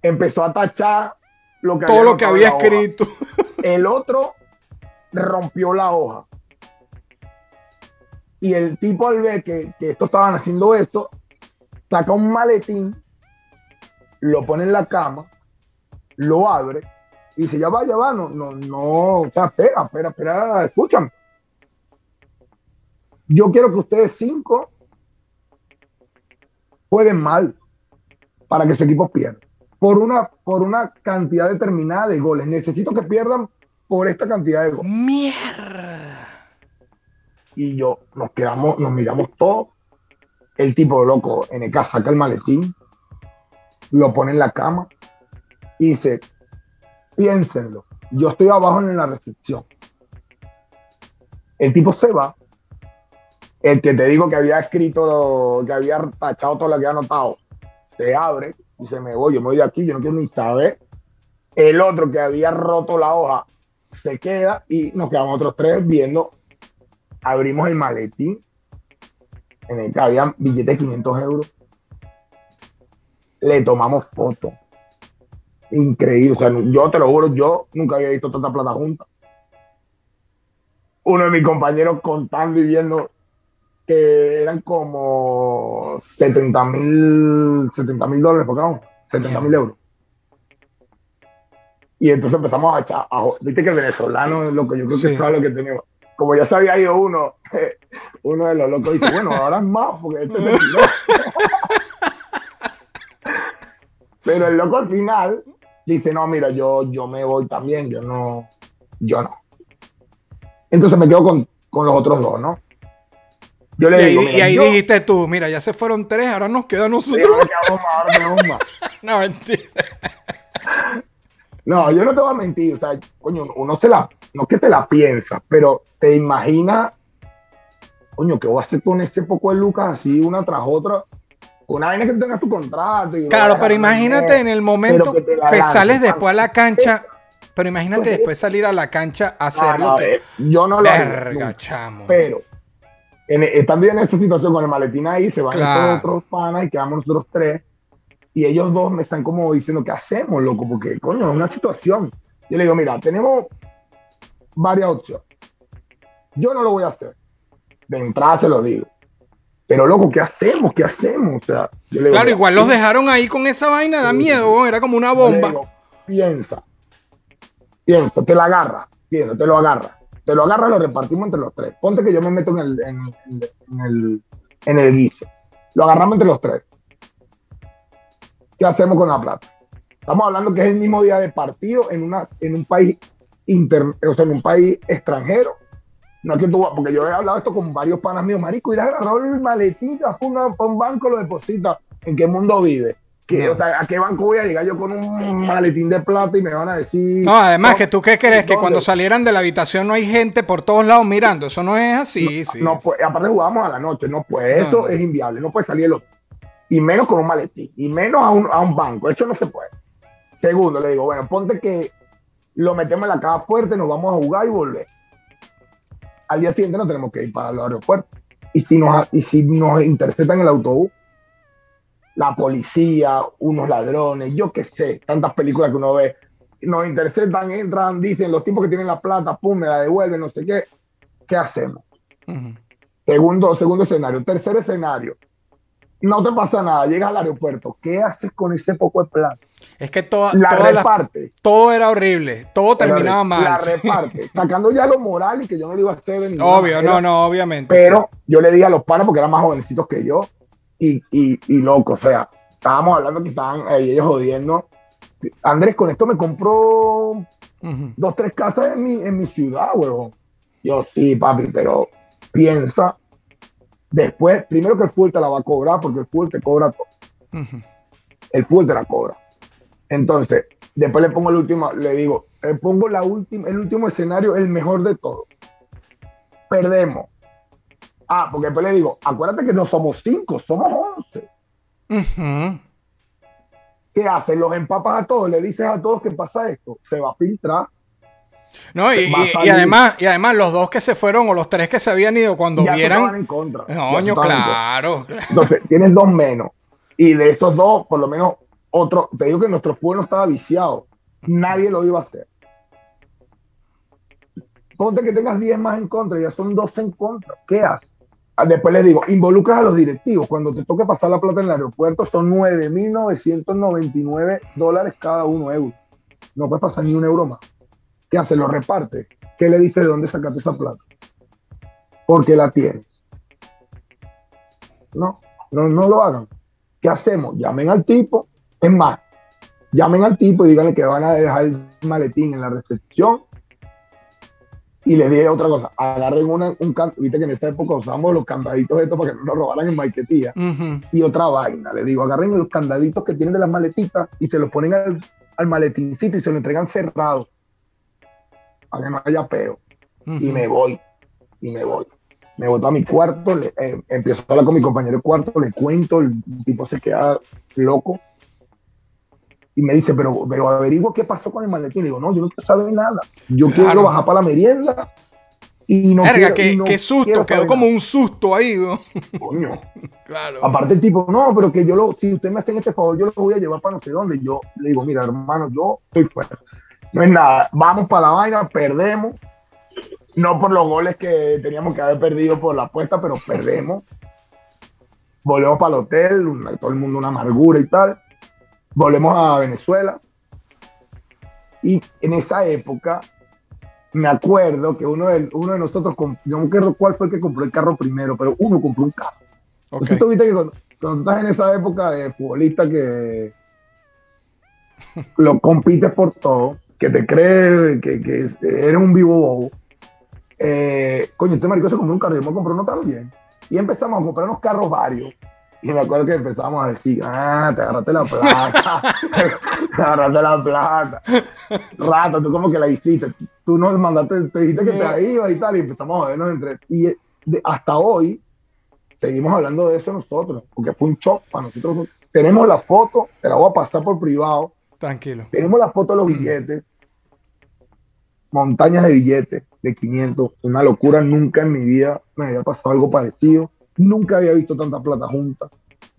empezó a tachar todo lo que había anotado en la hoja. escrito. El otro rompió la hoja. Y el tipo, al ver que estos estaban haciendo esto, saca un maletín, lo pone en la cama, lo abre y dice, ya va, o sea, espera, escúchame. Yo quiero que ustedes 5 jueguen mal para que su equipo pierda. Por una cantidad determinada de goles. Necesito que pierdan por esta cantidad de goles. ¡Mierda! Y nos miramos todos. El tipo loco, NK, saca el maletín, lo pone en la cama y dice, piénsenlo, yo estoy abajo en la recepción. El tipo se va. El que te digo que había escrito, que había tachado todo lo que había anotado, se abre y se me voy, yo me voy de aquí, yo no quiero ni saber. El otro que había roto la hoja se queda y nos quedamos otros 3 viendo. Abrimos el maletín en el que había billetes de 500 euros. Le tomamos fotos. Increíble. O sea, yo te lo juro, yo nunca había visto tanta plata junta. Uno de mis compañeros contando y viendo que eran como 70.000 dólares, porque no, 70.000 euros. Y entonces empezamos a echar, viste que el venezolano es lo que yo creo que es lo que tenemos. Como ya se había ido uno de los locos dice, bueno, ahora es más, porque este se tiró. Pero el loco al final dice, no, mira, yo me voy también, yo no. Entonces me quedo con los otros 2, ¿no? Yo le digo, y ahí dijiste tú, mira, ya se fueron 3, ahora nos queda a nosotros. Sí, ahora quedamos más. No, mentira. No, yo no te voy a mentir, o sea, coño, no es que te la piensa, pero te imaginas, coño, ¿qué voy a hacer con ese poco de lucas así, una tras otra? Una vaina que tengas tu contrato. Y claro, pero imagínate en el momento que sales después a la cancha, pero imagínate después salir a la cancha a hacerlo. Yo no lo verga, chamo. Pero, estando en esta situación con el maletín ahí, se van estos otros panas y quedamos nosotros 3. Y ellos 2 me están como diciendo, ¿qué hacemos, loco? Porque, coño, es una situación. Yo le digo, mira, tenemos varias opciones. Yo no lo voy a hacer. De entrada se lo digo. Pero, loco, ¿qué hacemos? O sea, yo le digo, claro, igual los dejaron ahí con esa vaina, da miedo, era como una bomba. Digo, piensa, te la agarra, te lo agarra, lo repartimos entre los 3. Ponte que yo me meto en el guiso. Lo agarramos entre los 3. ¿Qué hacemos con la plata? Estamos hablando que es el mismo día de partido en un país en un país extranjero. No es que tú, porque yo he hablado esto con varios panas míos, marico, ir a agarrar el maletín, a un banco lo deposita. ¿En qué mundo vive? O sea, ¿a qué banco voy a llegar yo con un maletín de plata y me van a decir? No, además, que tú qué crees, que cuando salieran de la habitación no hay gente por todos lados mirando. Eso no es así. No, pues, aparte jugamos a la noche, no puede, eso es inviable, no puede salir el otro. Y menos con un maletín, y menos a un banco, eso no se puede. Segundo, le digo, bueno, ponte que lo metemos en la caja fuerte, nos vamos a jugar y volver. Al día siguiente no tenemos que ir para el aeropuerto. Y si nos interceptan el autobús, la policía, unos ladrones, yo qué sé, tantas películas que uno ve, nos interceptan, entran, dicen, los tipos que tienen la plata, pum, me la devuelven, no sé qué. ¿Qué hacemos? Segundo escenario. Tercer escenario. No te pasa nada, llegas al aeropuerto. ¿Qué haces con ese poco de plata? Es que todo era horrible, todo terminaba mal. La reparte, sacando ya lo moral y que yo no lo iba a hacer de ninguna obvio, manera, no, obviamente. Pero yo le dije a los panas, porque eran más jovencitos que yo, y loco, o sea, estábamos hablando que estaban ellos jodiendo. Andrés, con esto me compró 2, 3 casas en mi ciudad, huevón. Yo, sí, papi, pero piensa. Después, primero que el full te la va a cobrar, porque el full te cobra todo. El full te la cobra. Entonces, después le pongo le pongo el último escenario, el mejor de todo. Perdemos. Porque después le digo, acuérdate que no somos 5, somos 11. ¿Qué haces? Los empapas a todos, le dices a todos que pasa esto, se va a filtrar. No, y además los 2 que se fueron o los 3 que se habían ido cuando ya vieran. En contra. No, claro. Entonces, tienes 2 menos. Y de esos 2, por lo menos te digo que nuestro fútbol no estaba viciado. Nadie lo iba a hacer. Ponte que tengas 10 más en contra, ya son 12 en contra. ¿Qué haces? Después les digo, involucras a los directivos. Cuando te toque pasar la plata en el aeropuerto, son $9,999 cada uno euros. No puedes pasar ni un euro más. ¿Qué hace? Lo reparte. ¿Qué le dices de dónde sacaste esa plata? Porque la tienes. No lo hagan. ¿Qué hacemos? Llamen al tipo. Es más, llamen al tipo y díganle que van a dejar el maletín en la recepción. Y les dije otra cosa, agarren viste que en esta época usábamos los candaditos estos para que no nos robaran en Maiquetía. Y otra vaina, les digo, agarren los candaditos que tienen de las maletitas y se los ponen al maletincito y se lo entregan cerrado para que no haya peo. Y me voy a mi cuarto, empiezo a hablar con mi compañero de cuarto, le cuento, el tipo se queda loco y me dice, pero averigua qué pasó con el maletín. Le digo, no, yo no quiero saber nada, yo quiero bajar para la merienda y no Verga, quiero, qué susto, quedó como un susto ahí, ¿no? Coño. Claro. Aparte el tipo, no, pero que si ustedes me hacen este favor, yo los voy a llevar para no sé dónde. Yo le digo, mira, hermano, yo estoy fuera, no es nada, vamos para la vaina, perdemos. No por los goles que teníamos que haber perdido por la apuesta, pero perdemos. Volvemos para el hotel, todo el mundo una amargura y tal. Volvemos a Venezuela. Y en esa época, me acuerdo que uno de nosotros, yo no me acuerdo cuál fue el que compró el carro primero, pero uno compró un carro. Okay. Entonces tú viste que cuando tú estás en esa época de futbolista que lo compites por todo, que te crees que eres un vivo bobo. Coño, este marico se compró un carro, yo me compré uno también. Y empezamos a comprar unos carros varios. Y me acuerdo que empezamos a decir, te agarraste la plata. Te agarraste la plata. Rata, tú como que la hiciste. Tú nos mandaste, te dijiste que te ibas y tal. Y empezamos a vernos entre. Y hasta hoy seguimos hablando de eso nosotros. Porque fue un shock para nosotros. Tenemos la foto, te la voy a pasar por privado. Tranquilo. Tenemos la foto de los billetes. Montañas de billetes de 500, una locura, nunca en mi vida me había pasado algo parecido, nunca había visto tanta plata junta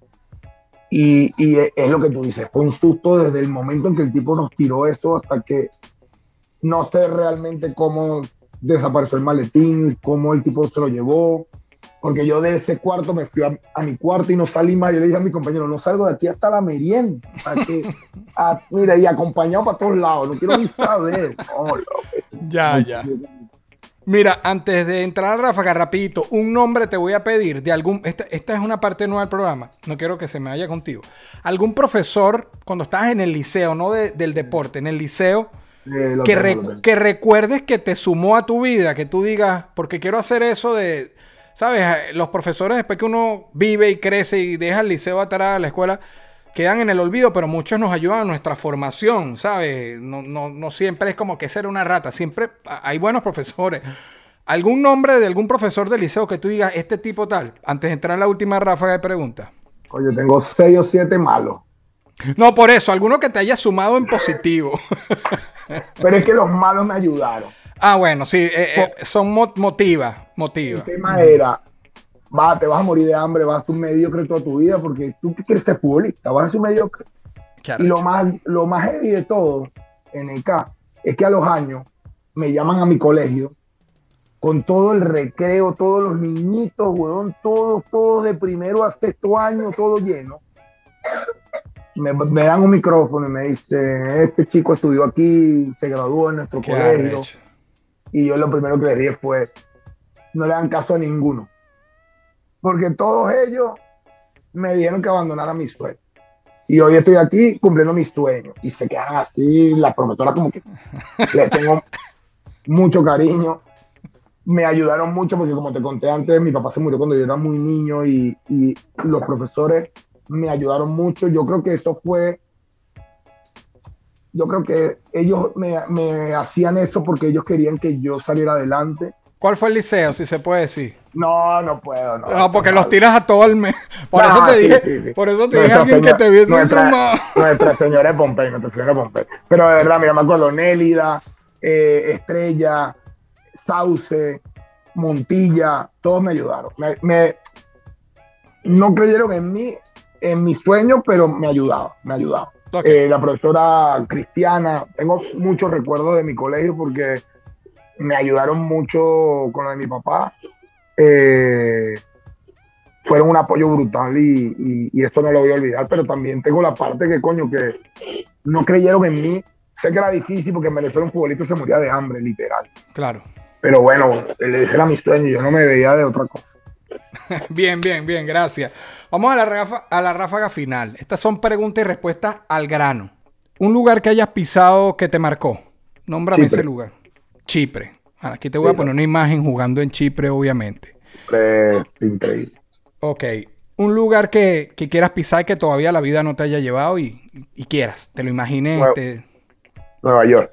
y es lo que tú dices, fue un susto desde el momento en que el tipo nos tiró eso hasta que no sé realmente cómo desapareció el maletín, cómo el tipo se lo llevó, porque yo de ese cuarto me fui a mi cuarto y no salí más. Yo le dije a mi compañero, no salgo de aquí hasta la merienda, mira, y acompañado para todos lados, no quiero ni saber. No, ya. Mira, antes de entrar a Ráfaga, rapidito, un nombre te voy a pedir de algún... Esta es una parte nueva del programa, no quiero que se me vaya contigo. Algún profesor, cuando estabas en el liceo, no del deporte, en el liceo, que recuerdes que te sumó a tu vida, que tú digas, porque quiero hacer eso de... ¿Sabes? Los profesores, después que uno vive y crece y deja el liceo atrás, la escuela, quedan en el olvido, pero muchos nos ayudan a nuestra formación, ¿sabes? No siempre es como que ser una rata, siempre hay buenos profesores. ¿Algún nombre de algún profesor del liceo que tú digas, este tipo tal? Antes de entrar en la última ráfaga de preguntas. Oye, tengo 6 o 7 malos. No, por eso, alguno que te haya sumado en positivo. Pero es que los malos me ayudaron. Bueno, sí, son motiva. El tema era, te vas a morir de hambre, vas a ser un mediocre toda tu vida, porque tú quieres ser futbolista, vas a ser un mediocre. Y lo más heavy de todo en el K es que a los años me llaman a mi colegio con todo el recreo, todos los niñitos, weón, todos de primero a sexto año, todo lleno. Me dan un micrófono y me dicen, este chico estudió aquí, se graduó en nuestro colegio. Y yo lo primero que les dije fue, no le dan caso a ninguno. Porque todos ellos me dijeron que abandonara mi sueño. Y hoy estoy aquí cumpliendo mis sueños. Y se quedan así, la profesora como que les tengo mucho cariño. Me ayudaron mucho porque, como te conté antes, mi papá se murió cuando yo era muy niño y los profesores me ayudaron mucho. Yo creo que eso fue... Yo creo que ellos me hacían eso porque ellos querían que yo saliera adelante. ¿Cuál fue el liceo, si se puede decir? No puedo. No, porque los tiras a todo el mes. Por eso te dije, sí. Por eso te dije a alguien que te viese traumado. Nuestra Señora de Pompey. Pero de verdad, mira, me acuerdo, Nélida, Estrella, Sauce, Montilla, todos me ayudaron. No creyeron en mí, en mi sueño, pero me ayudaban. Okay. La profesora Cristiana. Tengo muchos recuerdos de mi colegio porque me ayudaron mucho con lo de mi papá. Eh, Fueron un apoyo brutal y esto no lo voy a olvidar, pero también tengo la parte que, coño, que no creyeron en mí. Sé que era difícil porque en Venezuela un futbolista se moría de hambre, literal. Claro. Pero bueno, ese era mi sueño, yo no me veía de otra cosa. Bien, gracias. Vamos a la ráfaga final. Estas son preguntas y respuestas al grano. Un lugar que hayas pisado que te marcó. Nómbrame Chipre. ese lugar. Chipre. Aquí te voy a poner una imagen jugando en Chipre, obviamente. Es increíble. Ok. Un lugar que quieras pisar y que todavía la vida no te haya llevado y quieras. Te lo imaginé. Nueva York.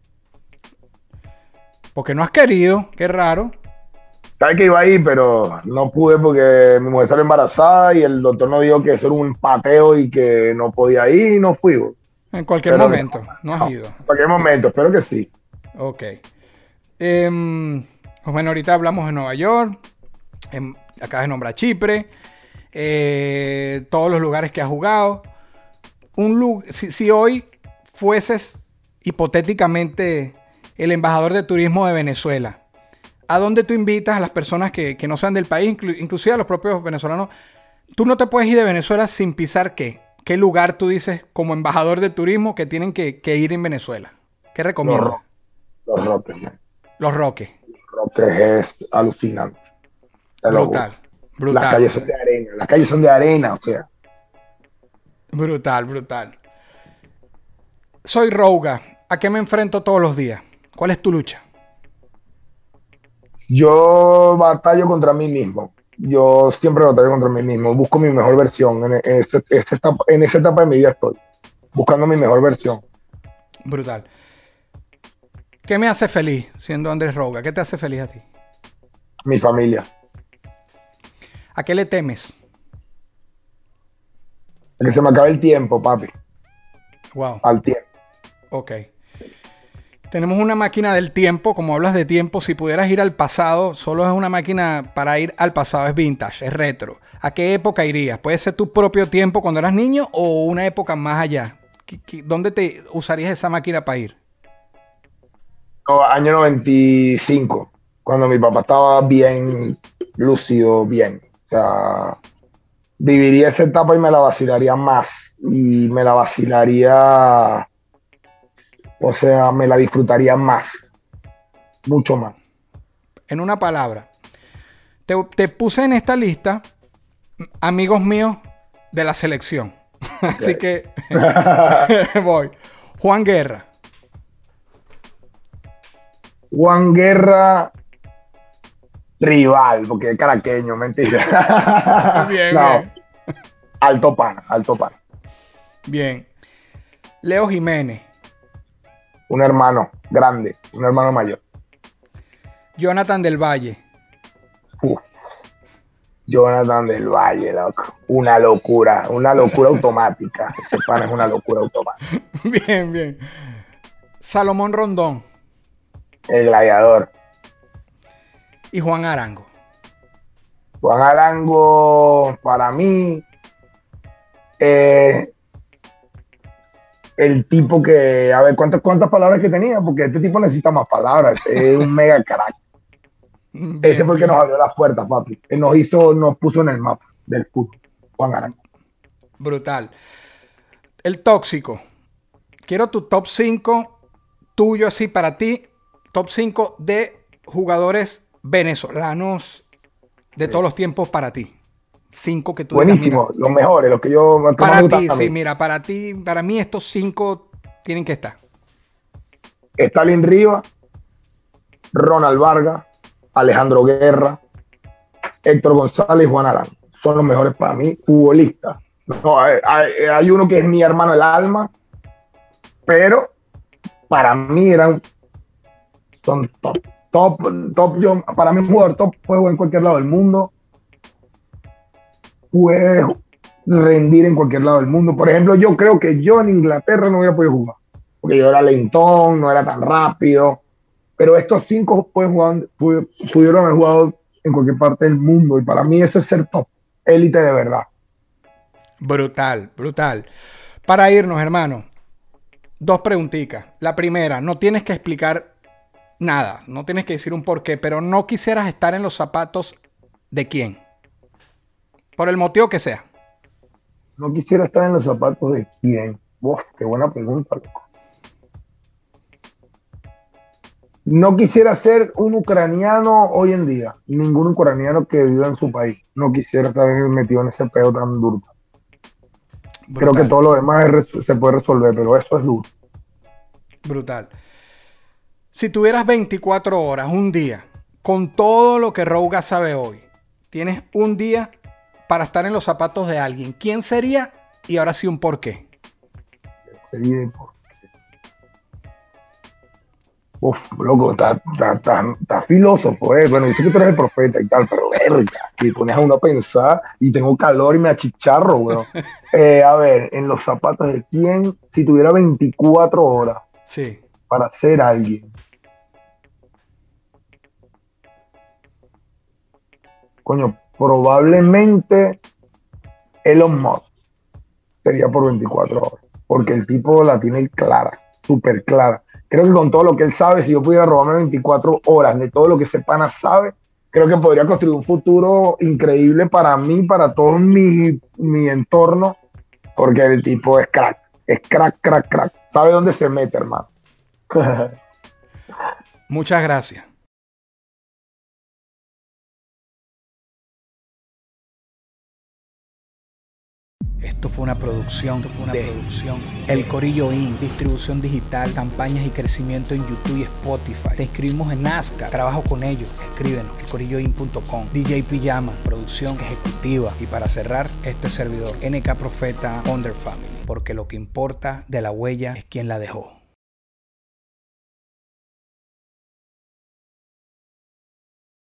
Porque no has querido. Qué raro. Sabes que iba ahí, pero no pude porque mi mujer salió embarazada y el doctor nos dijo que eso era un pateo y que no podía ir y no fui. En cualquier momento. No has ido. En cualquier momento, espero que sí. Ok. Pues bueno, ahorita hablamos de Nueva York. Acabas de nombrar Chipre. Todos los lugares que has jugado. Si hoy fueses hipotéticamente el embajador de turismo de Venezuela, ¿a dónde tú invitas a las personas que no sean del país, inclusive a los propios venezolanos? Tú no te puedes ir de Venezuela sin pisar ¿qué? ¿Qué lugar tú dices como embajador de turismo que tienen que ir en Venezuela? ¿Qué recomiendas? Los Roques, man. Los Roques. Los Roques es alucinante. Brutal. Las calles son de arena. Las calles son de arena, o sea. Brutal. Soy Rouga. ¿A qué me enfrento todos los días? ¿Cuál es tu lucha? Yo batallo contra mí mismo. Yo siempre batallo contra mí mismo. Busco mi mejor versión. En esa etapa de mi vida estoy. Buscando mi mejor versión. Brutal. ¿Qué me hace feliz siendo Andrés Rouga? ¿Qué te hace feliz a ti? Mi familia. ¿A qué le temes? A que se me acabe el tiempo, papi. Wow. Al tiempo. Ok. Tenemos una máquina del tiempo. Como hablas de tiempo, si pudieras ir al pasado, solo es una máquina para ir al pasado. Es vintage, es retro. ¿A qué época irías? ¿Puede ser tu propio tiempo cuando eras niño o una época más allá? ¿Dónde te usarías esa máquina para ir? No, año 95, cuando mi papá estaba bien lúcido, bien. O sea, viviría esa etapa y me la vacilaría más. Y me la vacilaría, o sea, me la disfrutaría más. Mucho más. En una palabra, te puse en esta lista amigos míos de la selección. Okay. Así que voy. Juan Guerra. Juan Guerra, rival, porque es caraqueño, mentira. Bien, no, bien. Alto pana. Bien. Leo Jiménez. Un hermano grande, un hermano mayor. Jonathan del Valle. Jonathan del Valle, loco. Una locura automática. Ese pana es una locura automática. Bien. Salomón Rondón. El gladiador. Y Juan Arango. Juan Arango, para mí, el tipo que, a ver, ¿cuántas palabras que tenía? Porque este tipo necesita más palabras. Es un mega crack. Ese fue el que nos abrió las puertas, papi. Él nos puso en el mapa del fútbol. Juan Arango. Brutal. El tóxico. Quiero tu top 5 tuyo así para ti. Top 5 de jugadores venezolanos de todos los tiempos para ti. 5 que tú digas, buenísimo, los mejores, los que yo me para ti, sí, mira, para mí estos 5 tienen que estar. Stalin Rivas, Ronald Vargas, Alejandro Guerra, Héctor González y Juan Arango. Son los mejores para mí, futbolistas. No, hay uno que es mi hermano el alma, pero para mí son top. Para mí un jugador top puede jugar en cualquier lado del mundo. Puede rendir en cualquier lado del mundo. Por ejemplo, yo creo que yo en Inglaterra no hubiera podido jugar. Porque yo era lentón, no era tan rápido. Pero estos 5 pudieron haber jugado en cualquier parte del mundo. Y para mí eso es ser top. Élite de verdad. Brutal. Para irnos, hermano, 2 preguntitas. La primera, no tienes que explicar nada, no tienes que decir un porqué, pero no quisieras estar en los zapatos de quién, por el motivo que sea. No quisiera estar en los zapatos de quién. Uf, qué buena pregunta, loco. No quisiera ser un ucraniano hoy en día. Ningún ucraniano que viva en su país. No quisiera estar metido en ese pedo tan duro. Brutal. Creo que todo lo demás se puede resolver, pero eso es duro. Brutal. Si tuvieras 24 horas, un día, con todo lo que Rouga sabe hoy, tienes un día para estar en los zapatos de alguien, ¿quién sería? Y ahora sí un porqué. Sería loco, está filósofo, Bueno, yo sé que tú eres el profeta y tal, pero verga, y pones a uno a pensar y tengo calor y me achicharro, weón. A ver, en los zapatos de quién, si tuviera 24 horas sí, para ser alguien. Coño, probablemente Elon Musk sería por 24 horas, porque el tipo la tiene clara, súper clara. Creo que con todo lo que él sabe, si yo pudiera robarme 24 horas de todo lo que ese pana sabe, creo que podría construir un futuro increíble para mí, para todo mi entorno, porque el tipo es crack. Es crack. Sabe dónde se mete, hermano. Muchas gracias. Esto fue una producción de El Corillo Inc. Distribución digital, campañas y crecimiento en YouTube y Spotify. Te inscribimos en NASCAR. Trabajo con ellos. Escríbenos. elcorilloin.com. DJ Pijama. Producción ejecutiva. Y para cerrar, este servidor. NK Profeta Under Family. Porque lo que importa de la huella es quién la dejó.